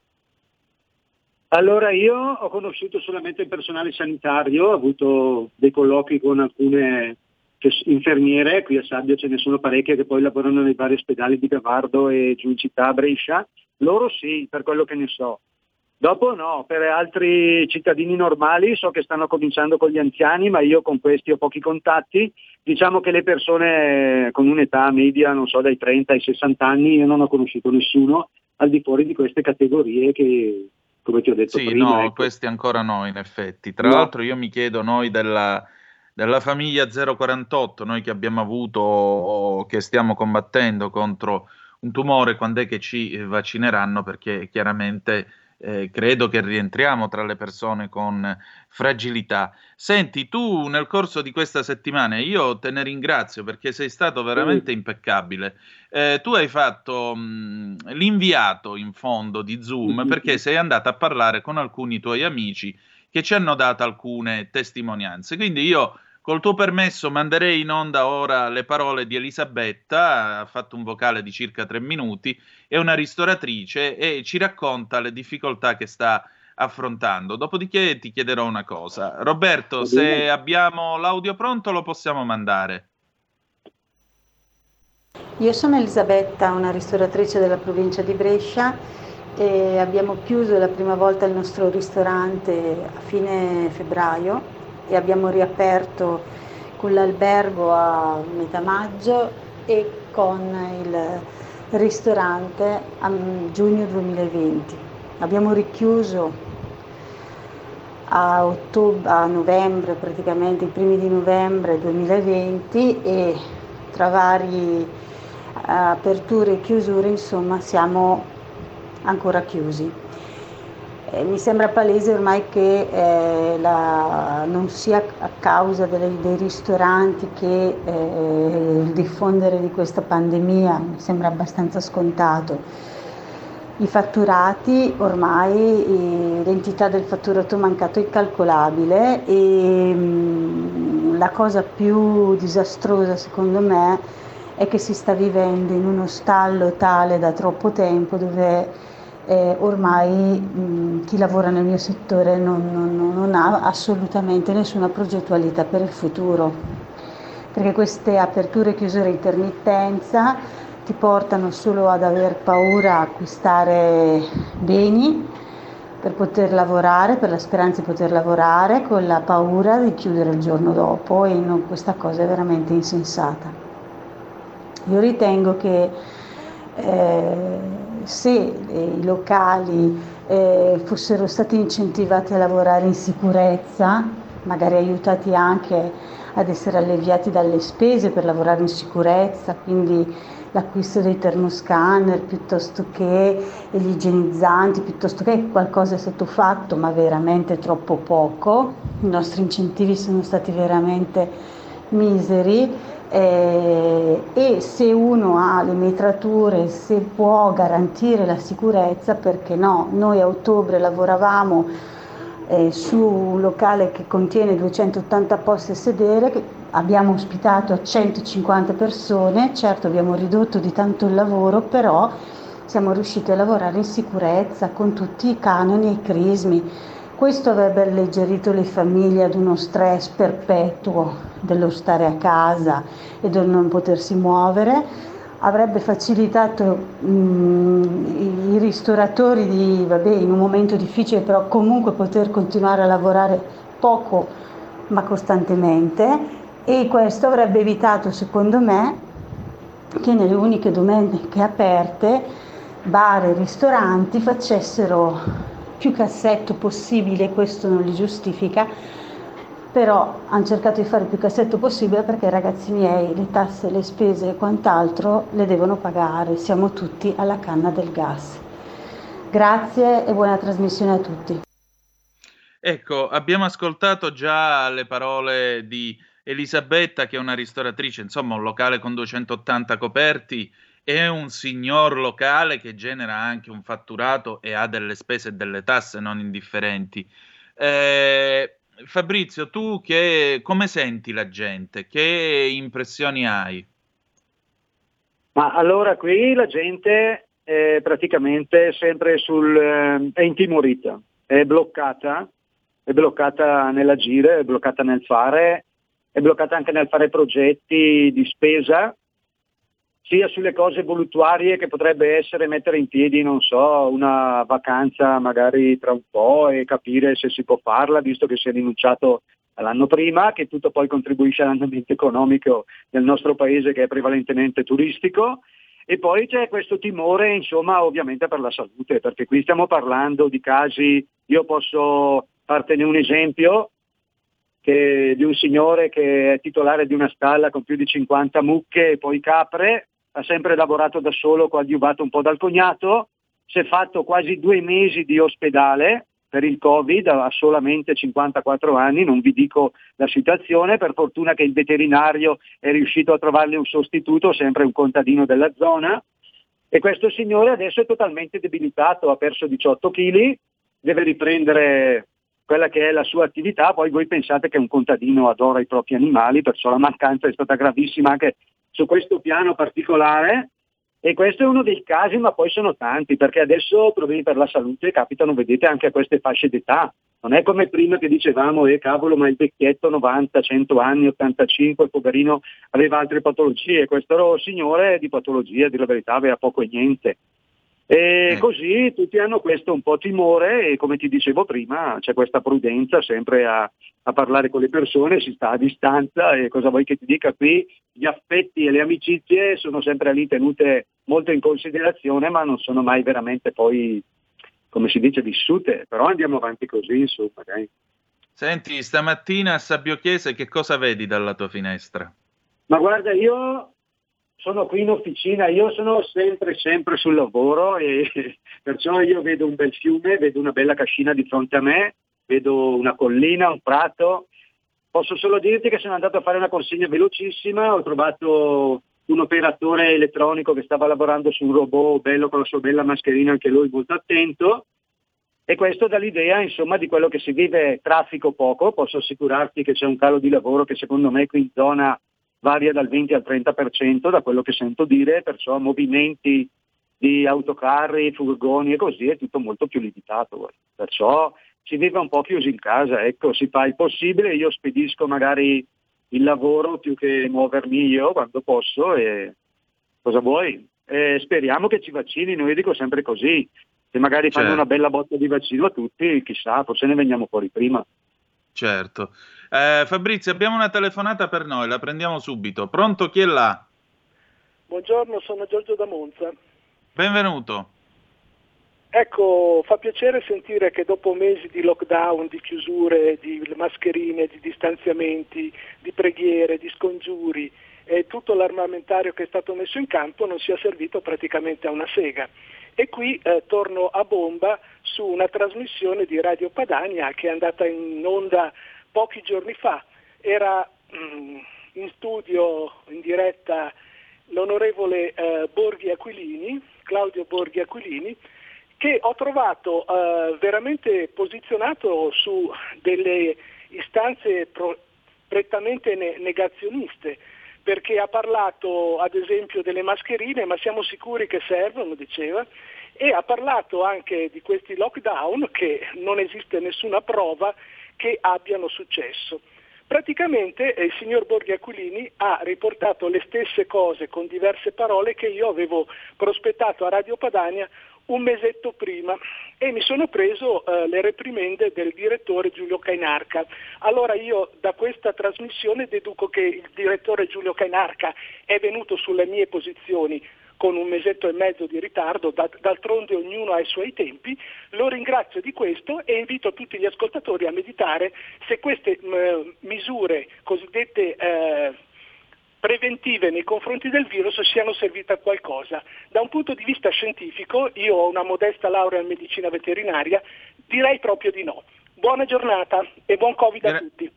Allora io ho conosciuto solamente il personale sanitario, ho avuto dei colloqui con alcune infermiere, qui a Sabbio ce ne sono parecchie che poi lavorano nei vari ospedali di Gavardo e giù in città a Brescia. Loro sì, per quello che ne so. Dopo no, per altri cittadini normali so che stanno cominciando con gli anziani, ma io con questi ho pochi contatti. Diciamo che le persone con un'età media, non so, dai 30 ai 60 anni, io non ho conosciuto nessuno al di fuori di queste categorie che, come ti ho detto sì, prima. No, ecco. Questi ancora no, in effetti. Tra l'altro io mi chiedo, noi della famiglia 048, noi che abbiamo avuto o che stiamo combattendo contro un tumore, quando è che ci vaccineranno? Perché chiaramente credo che rientriamo tra le persone con fragilità. Senti, tu nel corso di questa settimana, io te ne ringrazio perché sei stato veramente impeccabile. Tu hai fatto l'inviato in fondo di Zoom, perché sei andato a parlare con alcuni tuoi amici che ci hanno dato alcune testimonianze. Quindi io, col tuo permesso, manderei in onda ora le parole di Elisabetta, ha fatto un vocale di circa 3 minuti, è una ristoratrice e ci racconta le difficoltà che sta affrontando. Dopodiché ti chiederò una cosa. Roberto, se abbiamo l'audio pronto lo possiamo mandare. Io sono Elisabetta, una ristoratrice della provincia di Brescia, e abbiamo chiuso la prima volta il nostro ristorante a fine febbraio e abbiamo riaperto con l'albergo a metà maggio e con il ristorante a giugno 2020. Abbiamo richiuso a novembre, praticamente i primi di novembre 2020, e tra varie aperture e chiusure, insomma, siamo ancora chiusi. Mi sembra palese ormai che non sia a causa dei ristoranti che il diffondere di questa pandemia, mi sembra abbastanza scontato. I fatturati ormai, l'entità del fatturato mancato è calcolabile e la cosa più disastrosa secondo me è che si sta vivendo in uno stallo tale da troppo tempo dove ormai chi lavora nel mio settore non ha assolutamente nessuna progettualità per il futuro, perché queste aperture e chiusure intermittenza ti portano solo ad aver paura a acquistare beni per poter lavorare, per la speranza di poter lavorare, con la paura di chiudere il giorno dopo, e questa cosa è veramente insensata. Io ritengo che se i locali fossero stati incentivati a lavorare in sicurezza, magari aiutati anche ad essere alleviati dalle spese per lavorare in sicurezza, quindi l'acquisto dei termoscanner piuttosto che gli igienizzanti, piuttosto che qualcosa è stato fatto ma veramente troppo poco, i nostri incentivi sono stati veramente miseri. E se uno ha le metrature, se può garantire la sicurezza, perché no? Noi a ottobre lavoravamo su un locale che contiene 280 posti a sedere, che abbiamo ospitato a 150 persone, certo abbiamo ridotto di tanto il lavoro, però siamo riusciti a lavorare in sicurezza con tutti i canoni e i crismi. Questo avrebbe alleggerito le famiglie ad uno stress perpetuo dello stare a casa e del non potersi muovere, avrebbe facilitato i ristoratori in un momento difficile, però comunque poter continuare a lavorare poco ma costantemente, e questo avrebbe evitato, secondo me, che nelle uniche domeniche aperte bar e ristoranti facessero più cassetto possibile. Questo non li giustifica, però hanno cercato di fare il più cassetto possibile perché, ragazzi miei, le tasse, le spese e quant'altro le devono pagare, siamo tutti alla canna del gas. Grazie e buona trasmissione a tutti. Ecco, abbiamo ascoltato già le parole di Elisabetta, che è una ristoratrice, insomma un locale con 280 coperti. È un signor locale che genera anche un fatturato e ha delle spese e delle tasse non indifferenti. Fabrizio, tu come senti la gente? Che impressioni hai? Ma allora qui la gente è praticamente sempre è intimorita, è bloccata nell'agire, è bloccata nel fare, è bloccata anche nel fare progetti di spesa, sia sulle cose voluttuarie che potrebbe essere mettere in piedi, non so, una vacanza magari tra un po' e capire se si può farla, visto che si è rinunciato l'anno prima, che tutto poi contribuisce all'andamento economico del nostro paese, che è prevalentemente turistico. E poi c'è questo timore, insomma, ovviamente per la salute, perché qui stiamo parlando di casi, io posso fartene un esempio, di un signore che è titolare di una stalla con più di 50 mucche e poi capre, ha sempre lavorato da solo, coadiuvato un po' dal cognato, si è fatto quasi 2 mesi di ospedale per il Covid, ha solamente 54 anni, non vi dico la situazione, per fortuna che il veterinario è riuscito a trovargli un sostituto, sempre un contadino della zona, e questo signore adesso è totalmente debilitato, ha perso 18 kg, deve riprendere quella che è la sua attività. Poi voi pensate che un contadino adora i propri animali, perciò la mancanza è stata gravissima anche su questo piano particolare, e questo è uno dei casi, ma poi sono tanti, perché adesso problemi per la salute capitano, vedete, anche a queste fasce d'età. Non è come prima che dicevamo, cavolo, ma il vecchietto 90, 100 anni, 85, poverino, aveva altre patologie. Questo signore di patologia, di la verità, aveva poco e niente. E così tutti hanno questo un po' timore, e come ti dicevo prima c'è questa prudenza sempre a parlare con le persone, si sta a distanza, e cosa vuoi che ti dica, qui gli affetti e le amicizie sono sempre lì tenute molto in considerazione, ma non sono mai veramente poi, come si dice, vissute. Però andiamo avanti così, insomma, dai. Senti, stamattina a Sabbio Chiese che cosa vedi dalla tua finestra? Ma guarda, io sono qui in officina, io sono sempre sul lavoro e perciò io vedo un bel fiume, vedo una bella cascina di fronte a me, vedo una collina, un prato. Posso solo dirti che sono andato a fare una consegna velocissima, ho trovato un operatore elettronico che stava lavorando su un robot bello con la sua bella mascherina, anche lui molto attento, e questo dà l'idea insomma di quello che si vive. Traffico poco, posso assicurarti che c'è un calo di lavoro che secondo me qui in zona varia dal 20 al 30% da quello che sento dire, perciò movimenti di autocarri, furgoni e così è tutto molto più limitato, perciò si vive un po' chiusi in casa, ecco, si fa il possibile, io spedisco magari il lavoro più che muovermi io quando posso e cosa vuoi? Speriamo che ci vaccinino, io dico sempre così, se magari fanno una bella botta di vaccino a tutti, chissà, forse ne veniamo fuori prima. Certo. Fabrizio, abbiamo una telefonata per noi, la prendiamo subito. Pronto, chi è là? Buongiorno, sono Giorgio da Monza. Benvenuto. Ecco, fa piacere sentire che dopo mesi di lockdown, di chiusure, di mascherine, di distanziamenti, di preghiere, di scongiuri e tutto l'armamentario che è stato messo in campo non sia servito praticamente a una sega. E qui torno a bomba su una trasmissione di Radio Padania che è andata in onda pochi giorni fa. Era in studio, in diretta, l'onorevole Claudio Borghi Aquilini, che ho trovato veramente posizionato su delle istanze prettamente negazioniste, perché ha parlato ad esempio delle mascherine, ma siamo sicuri che servono, diceva, e ha parlato anche di questi lockdown che non esiste nessuna prova che abbiano successo. Praticamente il signor Borghi Aquilini ha riportato le stesse cose con diverse parole che io avevo prospettato a Radio Padania un mesetto prima e mi sono preso le reprimende del direttore Giulio Cainarca. Allora io da questa trasmissione deduco che il direttore Giulio Cainarca è venuto sulle mie posizioni con un mesetto e mezzo di ritardo, d'altronde ognuno ha i suoi tempi. Lo ringrazio di questo e invito tutti gli ascoltatori a meditare se queste misure cosiddette preventive nei confronti del virus siano servite a qualcosa. Da un punto di vista scientifico, io ho una modesta laurea in medicina veterinaria, direi proprio di no. Buona giornata e buon Covid a tutti.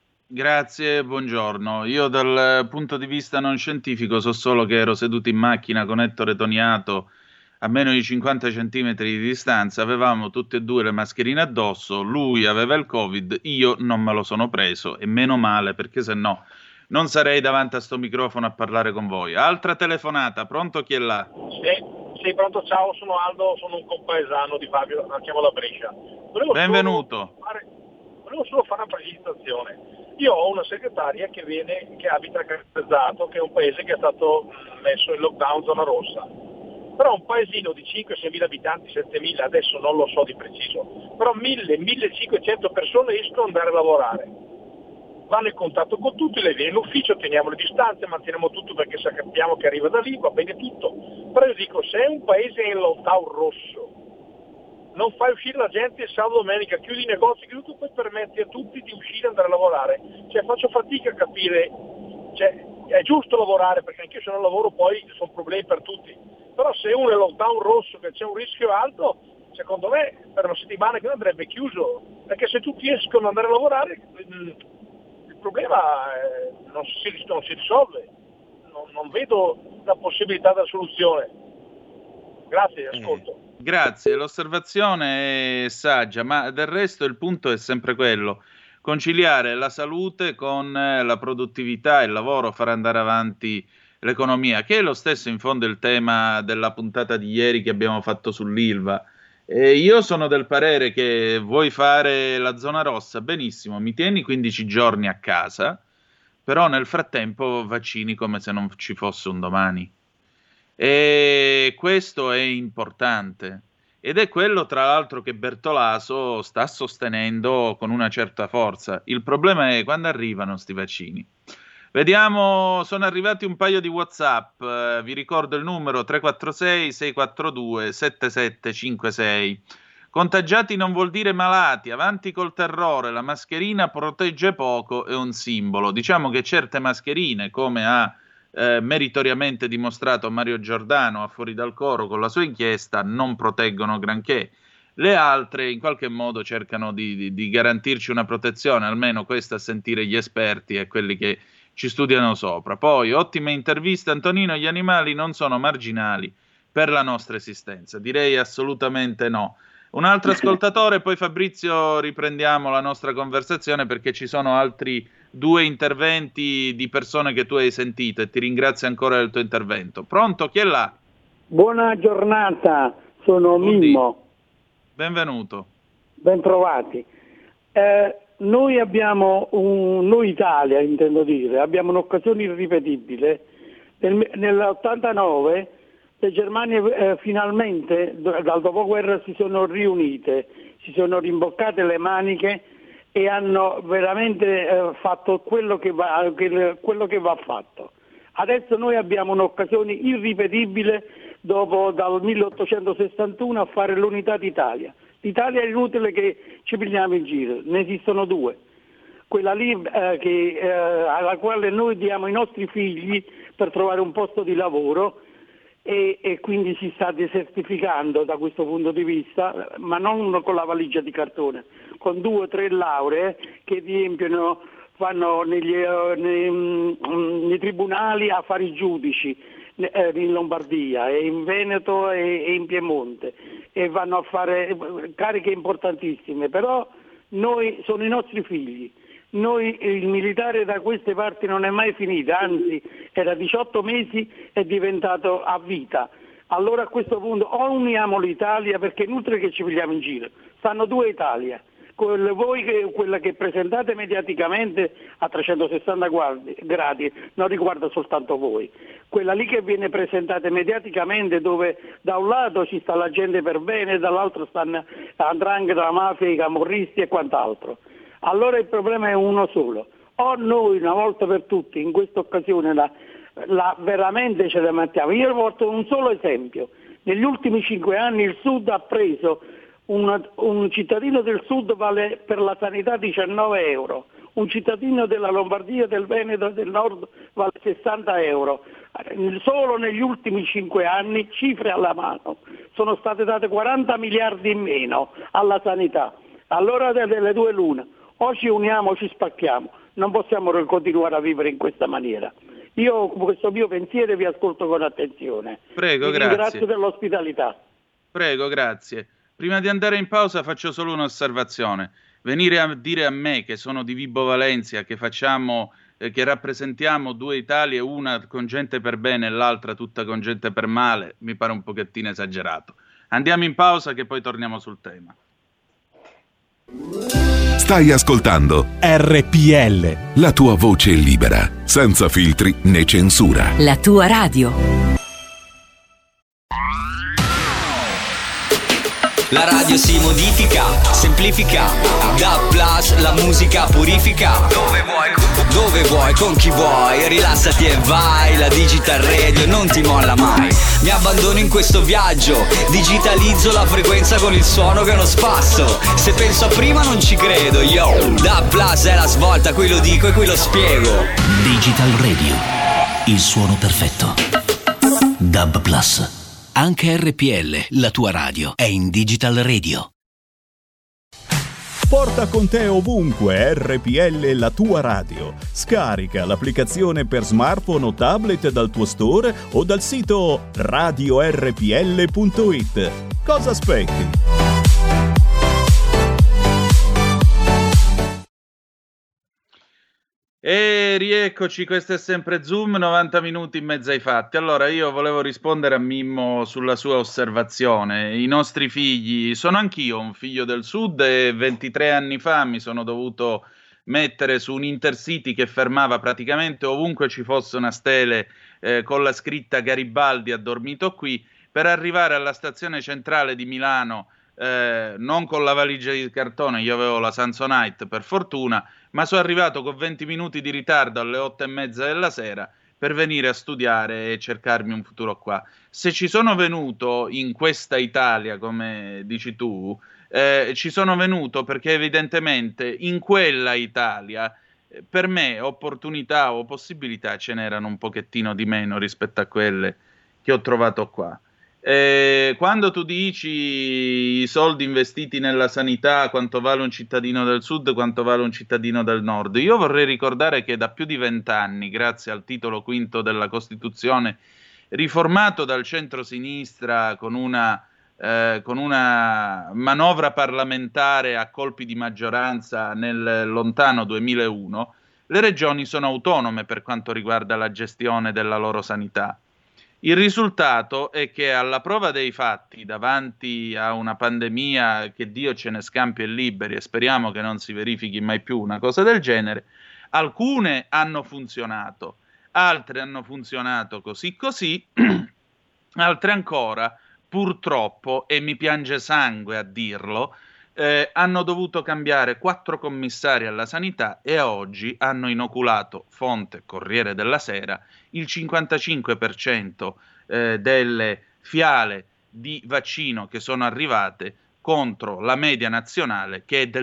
Grazie, buongiorno. Io dal punto di vista non scientifico so solo che ero seduto in macchina con Ettore Toniato a meno di 50 centimetri di distanza, avevamo tutte e due le mascherine addosso, lui aveva il Covid, io non me lo sono preso e meno male perché se no non sarei davanti a sto microfono a parlare con voi. Altra telefonata, pronto, chi è là? Sì, pronto, ciao, sono Aldo, sono un compaesano di Fabio, chiamo da Brescia. Benvenuto. Volevo solo fare una precisazione. Io ho una segretaria che abita a Castellato, che è un paese che è stato messo in lockdown zona rossa. Però un paesino di 5-6 mila abitanti, 7 mila, adesso non lo so di preciso, però 1.000-1.500 persone escono ad andare a lavorare. Vanno in contatto con tutti, lei viene in ufficio, teniamo le distanze, manteniamo tutto perché sappiamo che arriva da lì, va bene tutto. Però io dico, se è un paese in lockdown rosso, non fai uscire la gente il sabato domenica, chiudi i negozi, chiudi tutto, poi permetti a tutti di uscire e andare a lavorare. Cioè faccio fatica a capire, è giusto lavorare perché anche io se non lavoro poi sono problemi per tutti. Però se uno è lockdown rosso, che c'è un rischio alto, secondo me per una settimana che andrebbe chiuso, perché se tutti escono ad andare a lavorare il problema non si risolve, non vedo la possibilità della soluzione. Grazie, ascolto. Grazie, l'osservazione è saggia, ma del resto il punto è sempre quello: conciliare la salute con la produttività, il lavoro, far andare avanti l'economia, che è lo stesso in fondo il tema della puntata di ieri che abbiamo fatto sull'Ilva. Io sono del parere che vuoi fare la zona rossa, benissimo, mi tieni 15 giorni a casa, però nel frattempo vaccini come se non ci fosse un domani. E questo è importante ed è quello tra l'altro che Bertolaso sta sostenendo con una certa forza. Il problema è quando arrivano sti vaccini. Vediamo, sono arrivati un paio di WhatsApp, vi ricordo il numero 346-642-7756. Contagiati non vuol dire malati, avanti col terrore, la mascherina protegge poco, è un simbolo. Diciamo che certe mascherine, come ha meritoriamente dimostrato Mario Giordano a Fuori dal Coro con la sua inchiesta, non proteggono granché. Le altre in qualche modo cercano di garantirci una protezione, almeno questa a sentire gli esperti e quelli che ci studiano sopra. Poi, ottime interviste, Antonino, gli animali non sono marginali per la nostra esistenza. Direi assolutamente no. Un altro ascoltatore, poi Fabrizio riprendiamo la nostra conversazione perché ci sono altri 2 interventi di persone che tu hai sentito e ti ringrazio ancora del tuo intervento. Pronto? Chi è là? Buona giornata, sono Mimmo. Benvenuto. Bentrovati. Noi abbiamo, noi Italia intendo dire, abbiamo un'occasione irripetibile. Nell'89 le Germanie finalmente dal dopoguerra si sono riunite, si sono rimboccate le maniche e hanno veramente fatto quello che va fatto. Adesso noi abbiamo un'occasione irripetibile dal 1861 a fare l'unità d'Italia. L'Italia è inutile che ci prendiamo in giro, ne esistono 2. Quella lì alla quale noi diamo i nostri figli per trovare un posto di lavoro e quindi si sta desertificando da questo punto di vista, ma non con la valigia di cartone, con 2 o 3 lauree che riempiono, vanno nei tribunali a fare i giudici in Lombardia e in Veneto e in Piemonte e vanno a fare cariche importantissime, però sono i nostri figli. Il militare da queste parti non è mai finito, anzi era 18 mesi e è diventato a vita. Allora a questo punto o uniamo l'Italia, perché è inutile che ci pigliamo in giro, stanno 2 Italia. Quella che presentate mediaticamente a 360 gradi non riguarda soltanto voi, quella lì che viene presentata mediaticamente dove da un lato ci sta la gente per bene, dall'altro stanno la 'ndrangheta, la mafia, i camorristi e quant'altro. Allora il problema è uno solo: o noi una volta per tutte in questa occasione veramente ce la mettiamo. Io porto un solo esempio: negli ultimi 5 anni il Sud ha preso un cittadino del Sud vale per la sanità 19 euro, un cittadino della Lombardia, del Veneto e del Nord vale 60 euro. Solo negli ultimi 5 anni, cifre alla mano, sono state date 40 miliardi in meno alla sanità. Allora delle 2 l'una: o ci uniamo o ci spacchiamo, non possiamo continuare a vivere in questa maniera. Io questo mio pensiero vi ascolto con attenzione. Prego, grazie. Ringrazio dell'ospitalità. Prego, grazie. Prima di andare in pausa faccio solo un'osservazione. Venire a dire a me che sono di Vibo Valencia, che rappresentiamo 2 Italie, una con gente per bene e l'altra tutta con gente per male, mi pare un pochettino esagerato. Andiamo in pausa che poi torniamo sul tema. Stai ascoltando RPL, la tua voce libera, senza filtri né censura. La tua radio. La radio si modifica, semplifica, da plus la musica purifica. Dove vuoi, con chi vuoi, rilassati e vai. La Digital Radio non ti molla mai. Mi abbandono in questo viaggio, digitalizzo la frequenza con il suono che è uno spasso. Se penso a prima non ci credo, yo. Da plus è la svolta, qui lo dico e qui lo spiego. Digital Radio, il suono perfetto. Dub Plus. Anche RPL, la tua radio, è in Digital Radio. Porta con te ovunque RPL, la tua radio. Scarica l'applicazione per smartphone o tablet dal tuo store o dal sito radiorpl.it. Cosa aspetti? E rieccoci, questo è sempre Zoom, 90 minuti in mezzo ai fatti. Allora, io volevo rispondere a Mimmo sulla sua osservazione. I nostri figli, sono anch'io un figlio del Sud e 23 anni fa mi sono dovuto mettere su un Intercity che fermava praticamente ovunque ci fosse una stele con la scritta Garibaldi ha dormito qui, per arrivare alla stazione centrale di Milano, non con la valigia di cartone, io avevo la Samsonite per fortuna, ma sono arrivato con 20 minuti di ritardo alle 8:30 della sera per venire a studiare e cercarmi un futuro qua. Se ci sono venuto in questa Italia, come dici tu, ci sono venuto perché evidentemente in quella Italia per me opportunità o possibilità ce n'erano un pochettino di meno rispetto a quelle che ho trovato qua. Quando tu dici i soldi investiti nella sanità, quanto vale un cittadino del sud, quanto vale un cittadino del nord, io vorrei ricordare che da più di 20 anni, grazie al titolo quinto della Costituzione, riformato dal centro-sinistra con una manovra parlamentare a colpi di maggioranza nel lontano 2001, le regioni sono autonome per quanto riguarda la gestione della loro sanità. Il risultato è che alla prova dei fatti, davanti a una pandemia, che Dio ce ne scampi e liberi, e speriamo che non si verifichi mai più una cosa del genere, alcune hanno funzionato, altre hanno funzionato così, altre ancora, purtroppo, e mi piange sangue a dirlo, hanno dovuto cambiare 4 commissari alla sanità e a oggi hanno inoculato, fonte Corriere della Sera, il 55% delle fiale di vaccino che sono arrivate contro la media nazionale che è del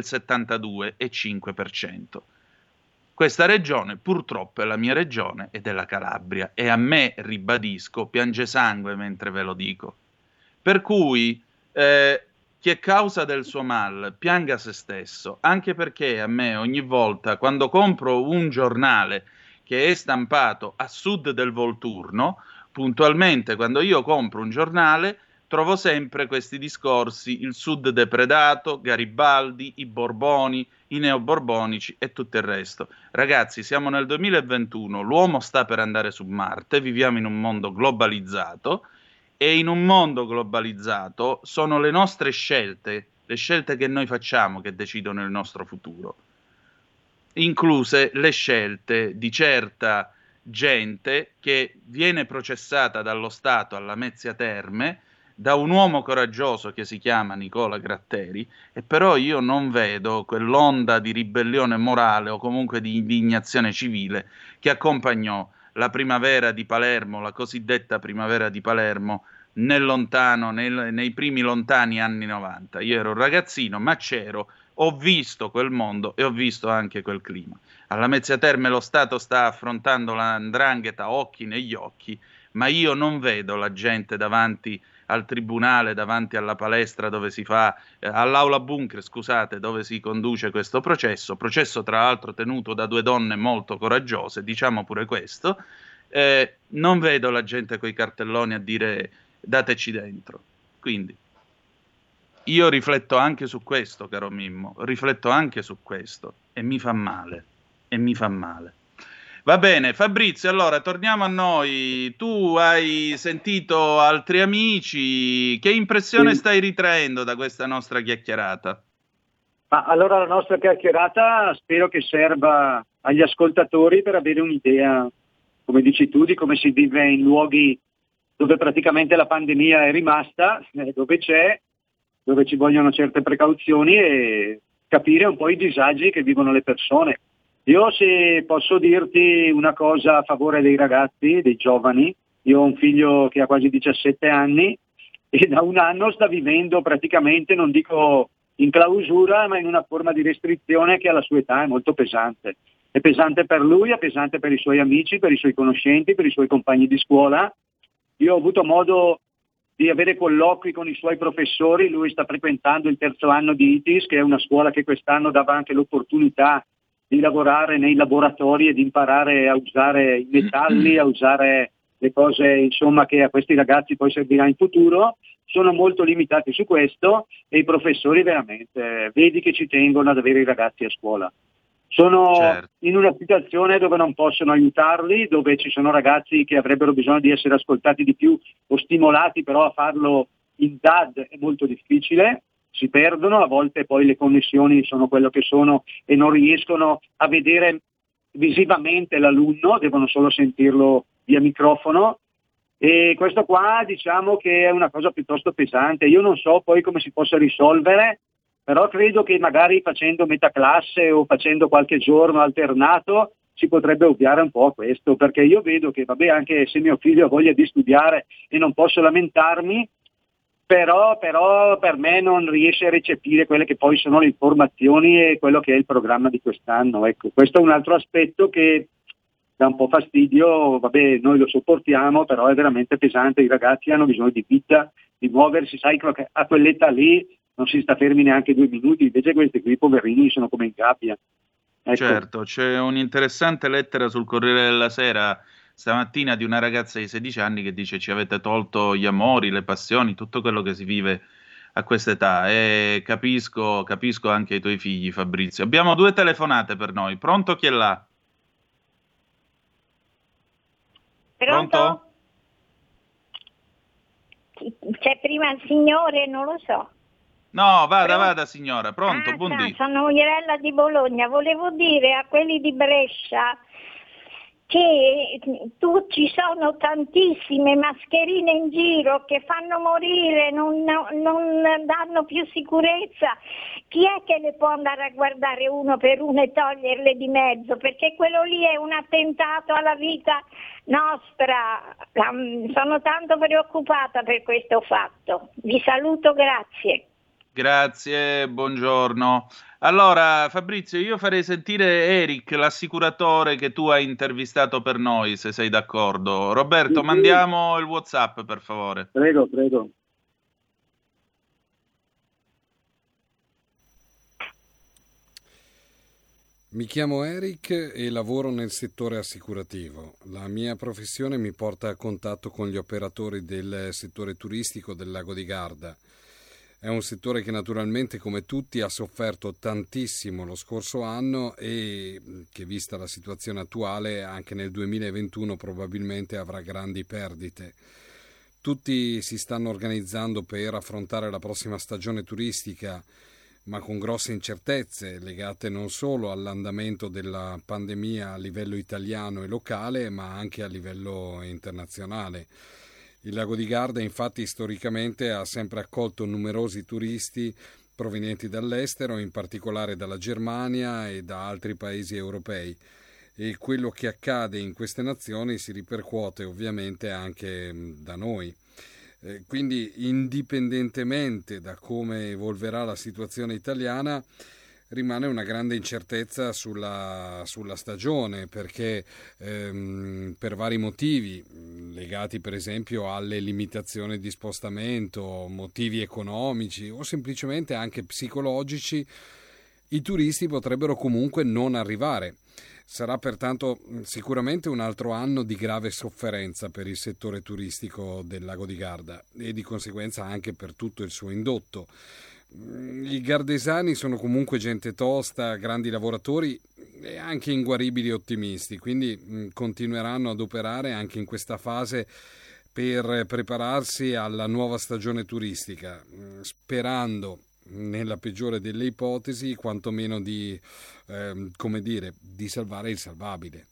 72,5%. Questa regione purtroppo è la mia regione ed è la Calabria e a me, ribadisco, piange sangue mentre ve lo dico. Per cui chi è causa del suo mal pianga se stesso, anche perché a me ogni volta quando compro un giornale che è stampato a sud del Volturno, puntualmente quando io compro un giornale trovo sempre questi discorsi, il sud depredato, Garibaldi, i Borboni, i neoborbonici e tutto il resto. Ragazzi, siamo nel 2021, l'uomo sta per andare su Marte, viviamo in un mondo globalizzato, e in un mondo globalizzato sono le nostre scelte, le scelte che noi facciamo che decidono il nostro futuro, incluse le scelte di certa gente che viene processata dallo Stato alla Mezzia Terme da un uomo coraggioso che si chiama Nicola Gratteri, e però io non vedo quell'onda di ribellione morale o comunque di indignazione civile che accompagnò la primavera di Palermo, la cosiddetta primavera di Palermo, nei primi lontani anni 90. Io ero un ragazzino, ma c'ero, ho visto quel mondo e ho visto anche quel clima. Alla Mezzia Terme lo Stato sta affrontando la 'ndrangheta occhi negli occhi, ma io non vedo la gente davanti al tribunale, davanti alla palestra dove si fa, all'aula bunker, scusate, dove si conduce questo processo tra l'altro tenuto da 2 donne molto coraggiose, diciamo pure questo, non vedo la gente coi cartelloni a dire dateci dentro. Quindi io rifletto anche su questo, caro Mimmo, rifletto anche su questo e mi fa male, Va bene, Fabrizio, allora torniamo a noi. Tu hai sentito altri amici, che impressione stai ritraendo da questa nostra chiacchierata? Allora la nostra chiacchierata spero che serva agli ascoltatori per avere un'idea, come dici tu, di come si vive in luoghi dove praticamente la pandemia è rimasta, dove c'è, dove ci vogliono certe precauzioni e capire un po' i disagi che vivono le persone. Io se posso dirti una cosa a favore dei ragazzi, dei giovani, io ho un figlio che ha quasi 17 anni e da un anno sta vivendo praticamente, non dico in clausura, ma in una forma di restrizione che alla sua età è molto pesante. È pesante per lui, è pesante per i suoi amici, per i suoi conoscenti, per i suoi compagni di scuola. Io ho avuto modo di avere colloqui con i suoi professori, lui sta frequentando il 3° anno di ITIS, che è una scuola che quest'anno dava anche l'opportunità di lavorare nei laboratori e di imparare a usare i metalli, a usare le cose insomma che a questi ragazzi poi servirà in futuro. Sono molto limitati su questo e i professori veramente vedi che ci tengono ad avere i ragazzi a scuola. Sono in una situazione dove non possono aiutarli, dove ci sono ragazzi che avrebbero bisogno di essere ascoltati di più o stimolati, però a farlo in DAD è molto difficile, si perdono, a volte poi le connessioni sono quello che sono e non riescono a vedere visivamente l'alunno, devono solo sentirlo via microfono. E questo qua diciamo che è una cosa piuttosto pesante. Io non so poi come si possa risolvere, però credo che magari facendo metà classe o facendo qualche giorno alternato si potrebbe ovviare un po' a questo, perché io vedo che vabbè, anche se mio figlio ha voglia di studiare e non posso lamentarmi, però per me non riesce a recepire quelle che poi sono le informazioni e quello che è il programma di quest'anno. Ecco, questo è un altro aspetto che dà un po' fastidio, vabbè, noi lo sopportiamo, però è veramente pesante, i ragazzi hanno bisogno di vita, di muoversi, sai che a quell'età lì non si sta fermi neanche 2 minuti, invece questi qui poverini sono come in gabbia. Ecco. Certo, c'è un'interessante lettera sul Corriere della Sera stamattina di una ragazza di 16 anni che dice: ci avete tolto gli amori, le passioni, tutto quello che si vive a quest'età, e capisco anche i tuoi figli, Fabrizio. Abbiamo 2 telefonate per noi. Pronto, chi è là? Pronto? C'è prima il signore, non lo so. No, vada signora, pronto, buondì. Sono Mirella di Bologna, volevo dire a quelli di Brescia che ci sono tantissime mascherine in giro che fanno morire, non danno più sicurezza. Chi è che le può andare a guardare uno per uno e toglierle di mezzo? Perché quello lì è un attentato alla vita nostra. Sono tanto preoccupata per questo fatto. Vi saluto, grazie. Grazie, buongiorno. Allora, Fabrizio, io farei sentire Eric, l'assicuratore che tu hai intervistato per noi, se sei d'accordo. Roberto, Sì. mandiamo il WhatsApp, per favore. Prego. Mi chiamo Eric e lavoro nel settore assicurativo. La mia professione mi porta a contatto con gli operatori del settore turistico del Lago di Garda. È un settore che naturalmente, come tutti, ha sofferto tantissimo lo scorso anno e che, vista la situazione attuale, anche nel 2021 probabilmente avrà grandi perdite. Tutti si stanno organizzando per affrontare la prossima stagione turistica, ma con grosse incertezze legate non solo all'andamento della pandemia a livello italiano e locale, ma anche a livello internazionale. Il Lago di Garda, infatti, storicamente ha sempre accolto numerosi turisti provenienti dall'estero, in particolare dalla Germania e da altri paesi europei, e quello che accade in queste nazioni si ripercuote ovviamente anche da noi. Quindi, indipendentemente da come evolverà la situazione italiana, rimane una grande incertezza sulla stagione, perché per vari motivi legati per esempio alle limitazioni di spostamento, motivi economici o semplicemente anche psicologici, i turisti potrebbero comunque non arrivare. Sarà pertanto sicuramente un altro anno di grave sofferenza per il settore turistico del Lago di Garda e di conseguenza anche per tutto il suo indotto. I gardesani sono comunque gente tosta, grandi lavoratori e anche inguaribili ottimisti, quindi continueranno ad operare anche in questa fase per prepararsi alla nuova stagione turistica, sperando, nella peggiore delle ipotesi, quantomeno di salvare il salvabile.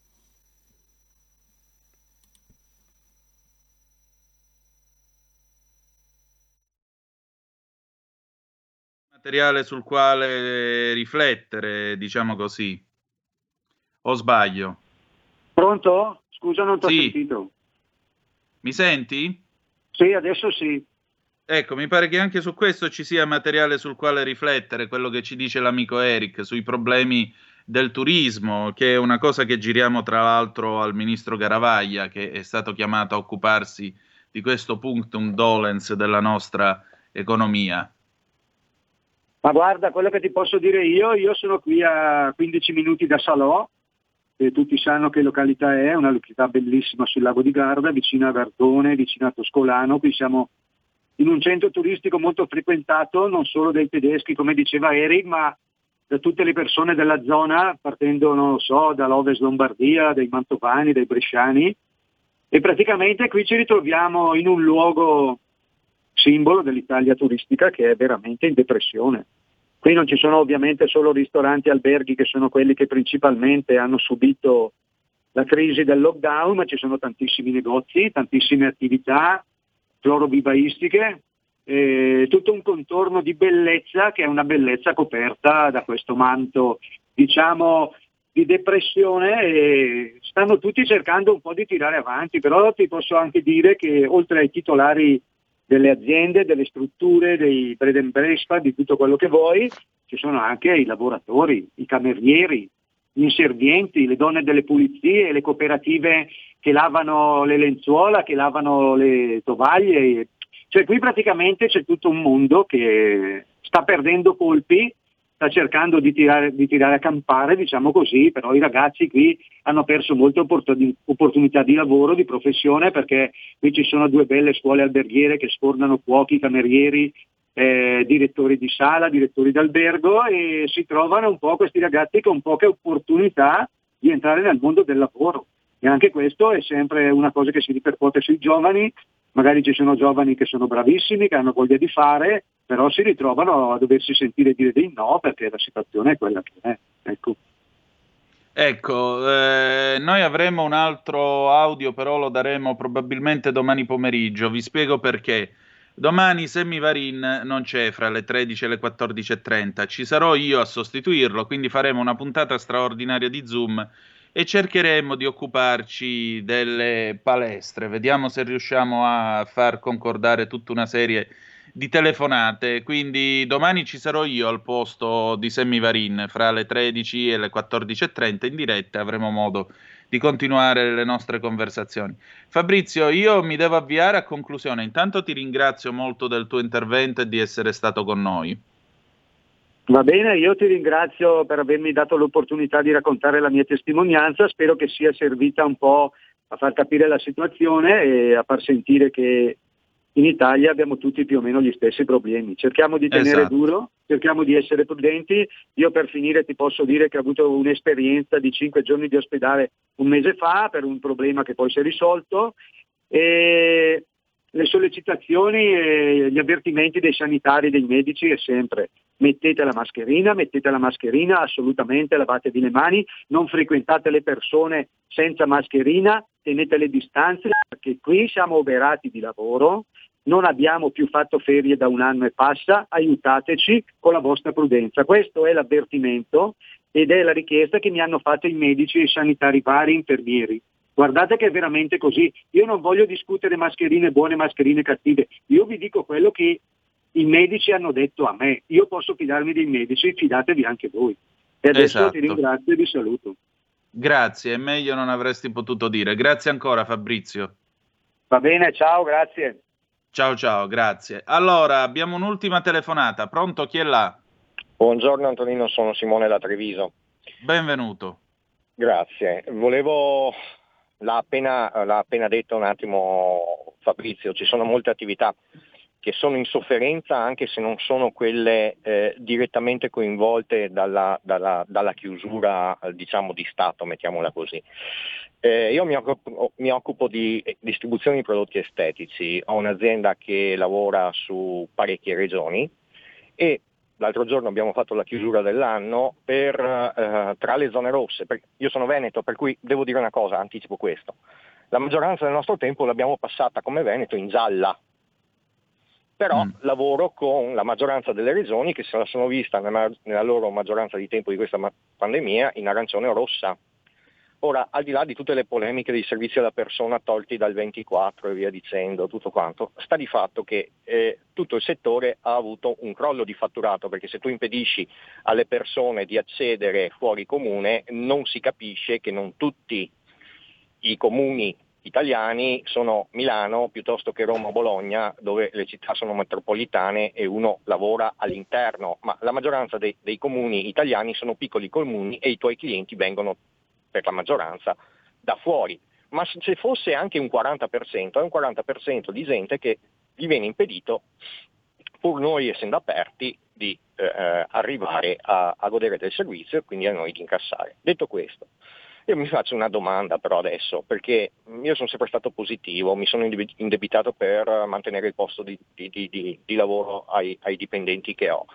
Materiale sul quale riflettere, diciamo così. O sbaglio? Pronto? Scusa, non ti ho Sì. sentito. Mi senti? Sì, adesso sì. Ecco, mi pare che anche su questo ci sia materiale sul quale riflettere, quello che ci dice l'amico Eric sui problemi del turismo, che è una cosa che giriamo tra l'altro al ministro Garavaglia, che è stato chiamato a occuparsi di questo punctum dolens della nostra economia. Ma guarda, quello che ti posso dire io sono qui a 15 minuti da Salò, e tutti sanno che località è, una località bellissima sul Lago di Garda, vicino a Verdone, vicino a Toscolano. Qui siamo in un centro turistico molto frequentato, non solo dai tedeschi, come diceva Eric, ma da tutte le persone della zona, partendo, non lo so, dall'Ovest Lombardia, dai mantovani, dai bresciani, e praticamente qui ci ritroviamo in un luogo simbolo dell'Italia turistica che è veramente in depressione. Qui non ci sono ovviamente solo ristoranti e alberghi, che sono quelli che principalmente hanno subito la crisi del lockdown, ma ci sono tantissimi negozi, tantissime attività florovivaistiche, tutto un contorno di bellezza che è una bellezza coperta da questo manto, diciamo, di depressione, e stanno tutti cercando un po' di tirare avanti. Però ti posso anche dire che oltre ai titolari delle aziende, delle strutture, dei bread and breakfast, di tutto quello che vuoi. Ci sono anche i lavoratori, i camerieri, gli inservienti, le donne delle pulizie, le cooperative che lavano le lenzuola, che lavano le tovaglie. Cioè qui praticamente c'è tutto un mondo che sta perdendo colpi, sta cercando di tirare a campare, diciamo così, però i ragazzi qui hanno perso molte opportunità di lavoro, di professione, perché qui ci sono 2 belle scuole alberghiere che sfornano cuochi, camerieri, direttori di sala, direttori d'albergo, e si trovano un po' questi ragazzi con poche opportunità di entrare nel mondo del lavoro. E anche questo è sempre una cosa che si ripercuote sui giovani. Magari ci sono giovani che sono bravissimi, che hanno voglia di fare, però si ritrovano a doversi sentire dire dei no perché la situazione è quella che è. Ecco, noi avremo un altro audio, però lo daremo probabilmente domani pomeriggio. Vi spiego perché. Domani Sammy Varin non c'è fra le 13 e le 14:30. Ci sarò io a sostituirlo, quindi faremo una puntata straordinaria di Zoom e cercheremo di occuparci delle palestre. Vediamo se riusciamo a far concordare tutta una serie di telefonate. Quindi domani ci sarò io al posto di Sammy Varin fra le 13 e le 14:30 in diretta. Avremo modo di continuare le nostre conversazioni. Fabrizio, io mi devo avviare a conclusione. Intanto ti ringrazio molto del tuo intervento e di essere stato con noi. Va bene, io ti ringrazio per avermi dato l'opportunità di raccontare la mia testimonianza, spero che sia servita un po' a far capire la situazione e a far sentire che in Italia abbiamo tutti più o meno gli stessi problemi. Cerchiamo di tenere duro, cerchiamo di essere prudenti. Io per finire ti posso dire che ho avuto un'esperienza di 5 giorni di ospedale un mese fa per un problema che poi si è risolto, e le sollecitazioni e gli avvertimenti dei sanitari e dei medici è sempre: mettete la mascherina, assolutamente, lavatevi le mani, non frequentate le persone senza mascherina, tenete le distanze, perché qui siamo oberati di lavoro, non abbiamo più fatto ferie da 1 anno e passa, aiutateci con la vostra prudenza. Questo è l'avvertimento ed è la richiesta che mi hanno fatto i medici e i sanitari vari, infermieri. Guardate che è veramente così. Io non voglio discutere mascherine buone, mascherine cattive, io vi dico quello che i medici hanno detto a me. Io posso fidarmi dei medici, fidatevi anche voi. E adesso ti ringrazio e vi saluto. Grazie, meglio non avresti potuto dire. Grazie ancora Fabrizio. Va bene, ciao, grazie. Ciao, grazie. Allora, abbiamo un'ultima telefonata. Pronto, chi è là? Buongiorno Antonino, sono Simone da Treviso. Benvenuto. Grazie. L'ha appena detto un attimo Fabrizio, ci sono molte attività che sono in sofferenza anche se non sono quelle direttamente coinvolte dalla chiusura, diciamo, di Stato, mettiamola così. Io mi occupo di distribuzione di prodotti estetici, ho un'azienda che lavora su parecchie regioni e l'altro giorno abbiamo fatto la chiusura dell'anno tra le zone rosse. Io sono veneto, per cui devo dire una cosa, anticipo questo. La maggioranza del nostro tempo l'abbiamo passata come Veneto in gialla. Però lavoro con la maggioranza delle regioni che se la sono vista nella loro maggioranza di tempo di questa pandemia in arancione o rossa. Ora, al di là di tutte le polemiche dei servizi alla persona tolti dal 24 e via dicendo, tutto quanto, sta di fatto che tutto il settore ha avuto un crollo di fatturato, perché se tu impedisci alle persone di accedere fuori comune, non si capisce che non tutti i comuni italiani sono Milano piuttosto che Roma o Bologna, dove le città sono metropolitane e uno lavora all'interno, ma la maggioranza dei comuni italiani sono piccoli comuni e i tuoi clienti vengono per la maggioranza da fuori. Ma se fosse anche un 40%, è un 40% di gente che gli viene impedito, pur noi essendo aperti, di arrivare a godere del servizio e quindi a noi di incassare. Detto questo, io mi faccio una domanda però adesso, perché io sono sempre stato positivo, mi sono indebitato per mantenere il posto di lavoro ai dipendenti che ho.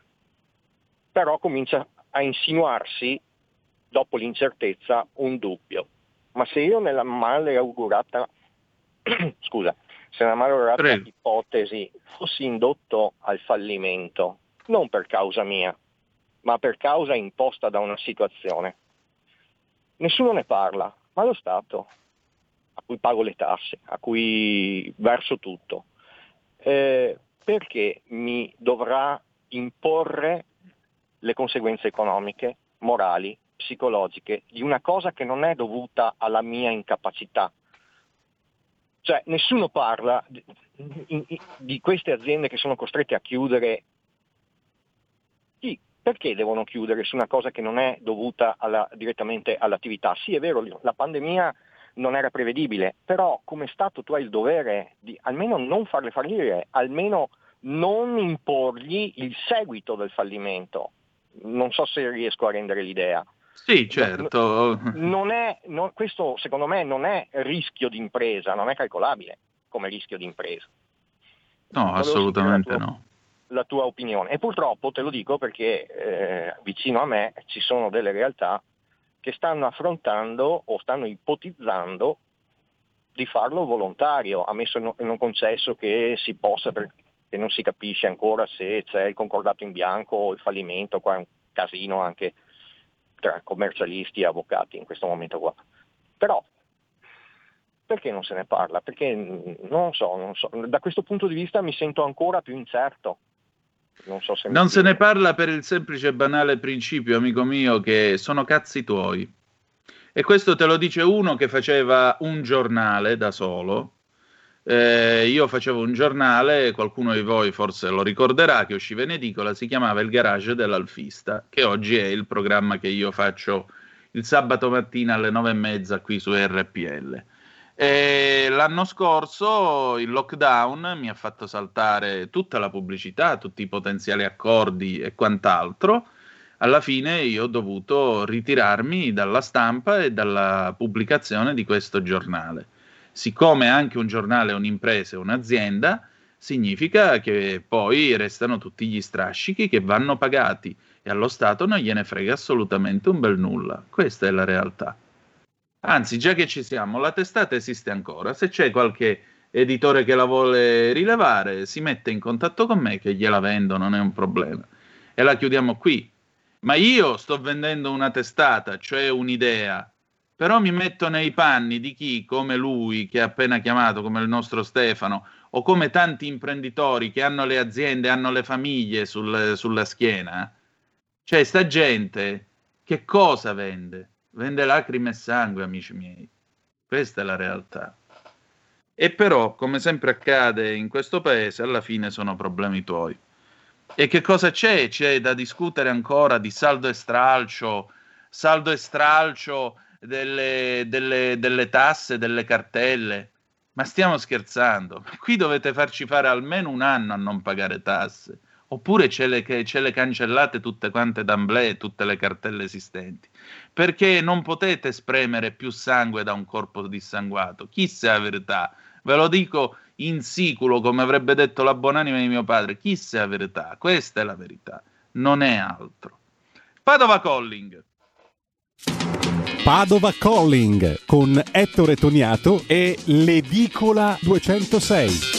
Però comincia a insinuarsi, dopo l'incertezza, un dubbio. Ma se io nella maleaugurata ipotesi fossi indotto al fallimento, non per causa mia, ma per causa imposta da una situazione, nessuno ne parla, ma lo Stato, a cui pago le tasse, a cui verso tutto, perché mi dovrà imporre le conseguenze economiche, morali, psicologiche di una cosa che non è dovuta alla mia incapacità? Cioè, nessuno parla di queste aziende che sono costrette a chiudere. Sì, perché devono chiudere su una cosa che non è dovuta direttamente all'attività? Sì, è vero, la pandemia non era prevedibile, però come Stato tu hai il dovere di almeno non farle fallire, almeno non imporgli il seguito del fallimento. Non so se riesco a rendere l'idea. Sì, certo. Questo secondo me non è rischio di impresa, non è calcolabile come rischio di impresa. No, assolutamente no. La tua opinione. E purtroppo te lo dico perché vicino a me ci sono delle realtà che stanno affrontando o stanno ipotizzando di farlo volontario, ammesso e non concesso che si possa, perché non si capisce ancora se c'è il concordato in bianco o il fallimento, qua è un casino anche tra commercialisti e avvocati in questo momento qua. Però perché non se ne parla? Perché non so, da questo punto di vista mi sento ancora più incerto. Non se ne parla per il semplice e banale principio, amico mio, che sono cazzi tuoi. E questo te lo dice uno che faceva un giornale da solo. Io facevo un giornale, qualcuno di voi forse lo ricorderà, che usciva in edicola, si chiamava Il Garage dell'Alfista, che oggi è il programma che io faccio il sabato mattina alle 9:30 qui su RPL. E l'anno scorso il lockdown mi ha fatto saltare tutta la pubblicità, tutti i potenziali accordi e quant'altro. Alla fine io ho dovuto ritirarmi dalla stampa e dalla pubblicazione di questo giornale. Siccome anche un giornale è un'impresa, è un'azienda, significa che poi restano tutti gli strascichi che vanno pagati e allo Stato non gliene frega assolutamente un bel nulla. Questa è la realtà. Anzi, già che ci siamo, la testata esiste ancora. Se c'è qualche editore che la vuole rilevare, si mette in contatto con me che gliela vendo, non è un problema. E la chiudiamo qui. Ma io sto vendendo una testata, cioè un'idea. Però mi metto nei panni di chi, come lui, che ha appena chiamato, come il nostro Stefano, o come tanti imprenditori che hanno le aziende, hanno le famiglie sulla schiena. Cioè, sta gente, che cosa vende? Vende lacrime e sangue, amici miei. Questa è la realtà. E però, come sempre accade in questo paese, alla fine sono problemi tuoi. E che cosa c'è? C'è da discutere ancora di saldo e stralcio delle tasse, delle cartelle. Ma stiamo scherzando? Qui dovete farci fare almeno un anno a non pagare tasse. Oppure ce le cancellate tutte quante d'amblè, tutte le cartelle esistenti. Perché non potete spremere più sangue da un corpo dissanguato. Chi sa la verità? Ve lo dico in siculo, come avrebbe detto la buonanima di mio padre. Chi sa la verità? Questa è la verità. Non è altro. Padova Calling. Padova Calling con Ettore Toniato e l'Edicola 206.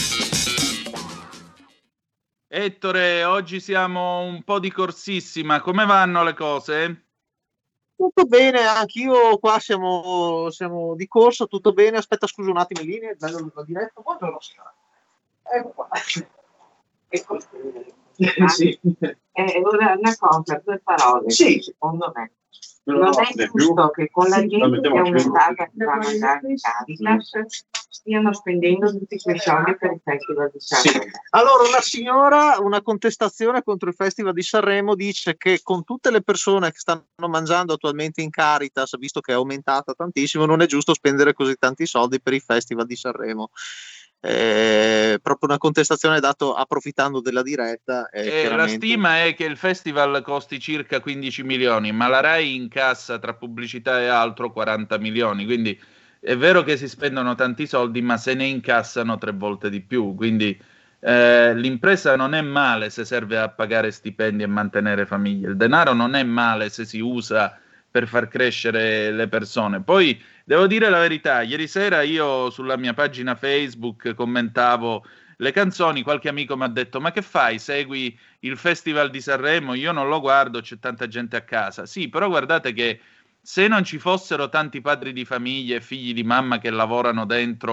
Ettore, oggi siamo un po' di corsissima, come vanno le cose? Tutto bene, anch'io qua siamo di corso, tutto bene. Aspetta, scusa un attimo in linea, bello diretto. Buongiorno signora. Ecco qua. Ecco. Sì. Una cosa, due parole, sì. Secondo me. Non è giusto che con la gente che è aumentata che va a mandare in Caritas stiano spendendo tutti quei soldi per il Festival di Sanremo. Sì. Allora una signora, una contestazione contro il Festival di Sanremo, dice che con tutte le persone che stanno mangiando attualmente in Caritas, visto che è aumentata tantissimo, non è giusto spendere così tanti soldi per il Festival di Sanremo. Proprio una contestazione dato approfittando della diretta. La stima è che il festival costi circa 15 milioni, ma la Rai incassa tra pubblicità e altro 40 milioni, quindi è vero che si spendono tanti soldi, ma se ne incassano 3 volte di più, quindi l'impresa non è male se serve a pagare stipendi e mantenere famiglie, il denaro non è male se si usa per far crescere le persone. Poi devo dire la verità, ieri sera io sulla mia pagina Facebook commentavo le canzoni, qualche amico mi ha detto: ma che fai, segui il Festival di Sanremo? Io non lo guardo, c'è tanta gente a casa. Sì, però guardate che se non ci fossero tanti padri di famiglia e figli di mamma che lavorano dentro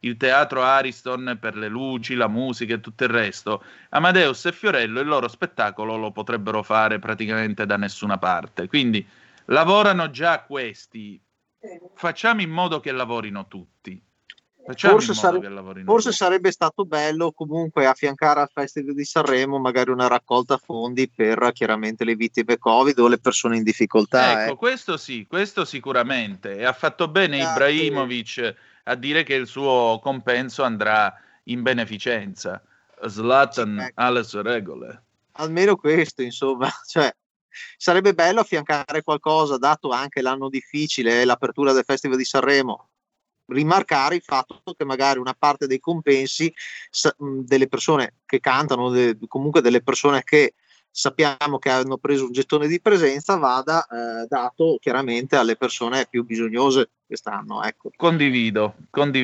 il teatro Ariston per le luci, la musica e tutto il resto, Amadeus e Fiorello il loro spettacolo lo potrebbero fare praticamente da nessuna parte. Quindi lavorano già questi, facciamo in modo che lavorino tutti. Forse sarebbe stato bello comunque affiancare al Festival di Sanremo magari una raccolta fondi per chiaramente le vittime Covid o le persone in difficoltà. Ecco, questo sì, questo sicuramente. E ha fatto bene Ibrahimovic a dire che il suo compenso andrà in beneficenza. Zlatan ha le sue regole. Almeno questo, insomma, cioè sarebbe bello affiancare qualcosa, dato anche l'anno difficile e l'apertura del Festival di Sanremo. Rimarcare il fatto che magari una parte dei compensi delle persone che cantano, comunque delle persone che sappiamo che hanno preso un gettone di presenza, vada dato chiaramente alle persone più bisognose quest'anno. Ecco. Condivido.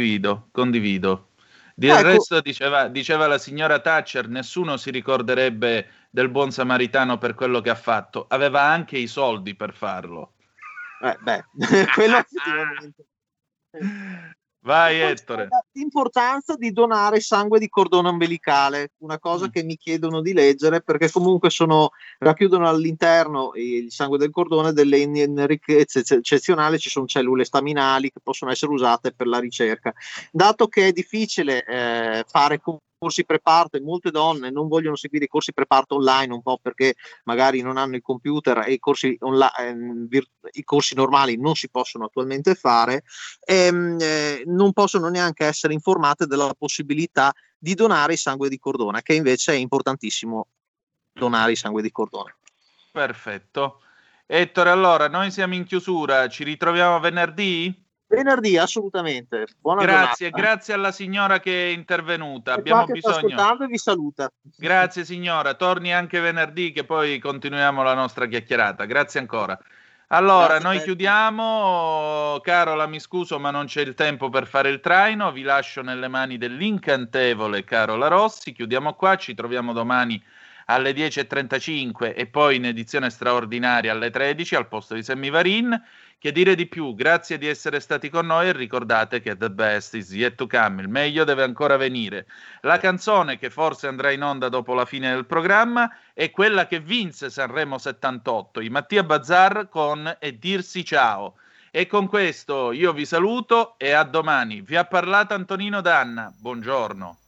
Del resto diceva la signora Thatcher, nessuno si ricorderebbe del buon samaritano per quello che ha fatto, aveva anche i soldi per farlo. Quello effettivamente. Vai Ettore. L'importanza di donare sangue di cordone ombelicale, una cosa che mi chiedono di leggere, perché comunque racchiudono all'interno il sangue del cordone delle ricchezze eccezionali, ci sono cellule staminali che possono essere usate per la ricerca. Dato che è difficile fare corsi preparto e molte donne non vogliono seguire i corsi preparto online, un po' perché magari non hanno il computer e i corsi normali non si possono attualmente fare, non possono neanche essere informate della possibilità di donare il sangue di cordone, che invece è importantissimo donare il sangue di cordone. Perfetto. Ettore, allora noi siamo in chiusura, ci ritroviamo venerdì? Venerdì, assolutamente. Buona giornata. Grazie alla signora che è intervenuta. Abbiamo bisogno. E vi saluta. Grazie signora, torni anche venerdì che poi continuiamo la nostra chiacchierata. Grazie ancora. Allora, grazie, noi chiudiamo. Carola, mi scuso, ma non c'è il tempo per fare il traino. Vi lascio nelle mani dell'incantevole Carola Rossi. Chiudiamo qua, ci troviamo domani alle 10.35 e poi in edizione straordinaria alle 13 al posto di Semivarin. Che dire di più? Grazie di essere stati con noi e ricordate che the best is yet to come, il meglio deve ancora venire. La canzone che forse andrà in onda dopo la fine del programma è quella che vinse Sanremo 78, i Mattia Bazar con E dirsi ciao. E con questo io vi saluto e a domani. Vi ha parlato Antonino Danna, buongiorno.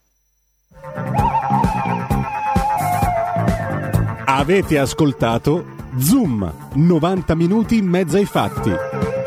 Avete ascoltato Zoom, 90 minuti in mezzo ai fatti.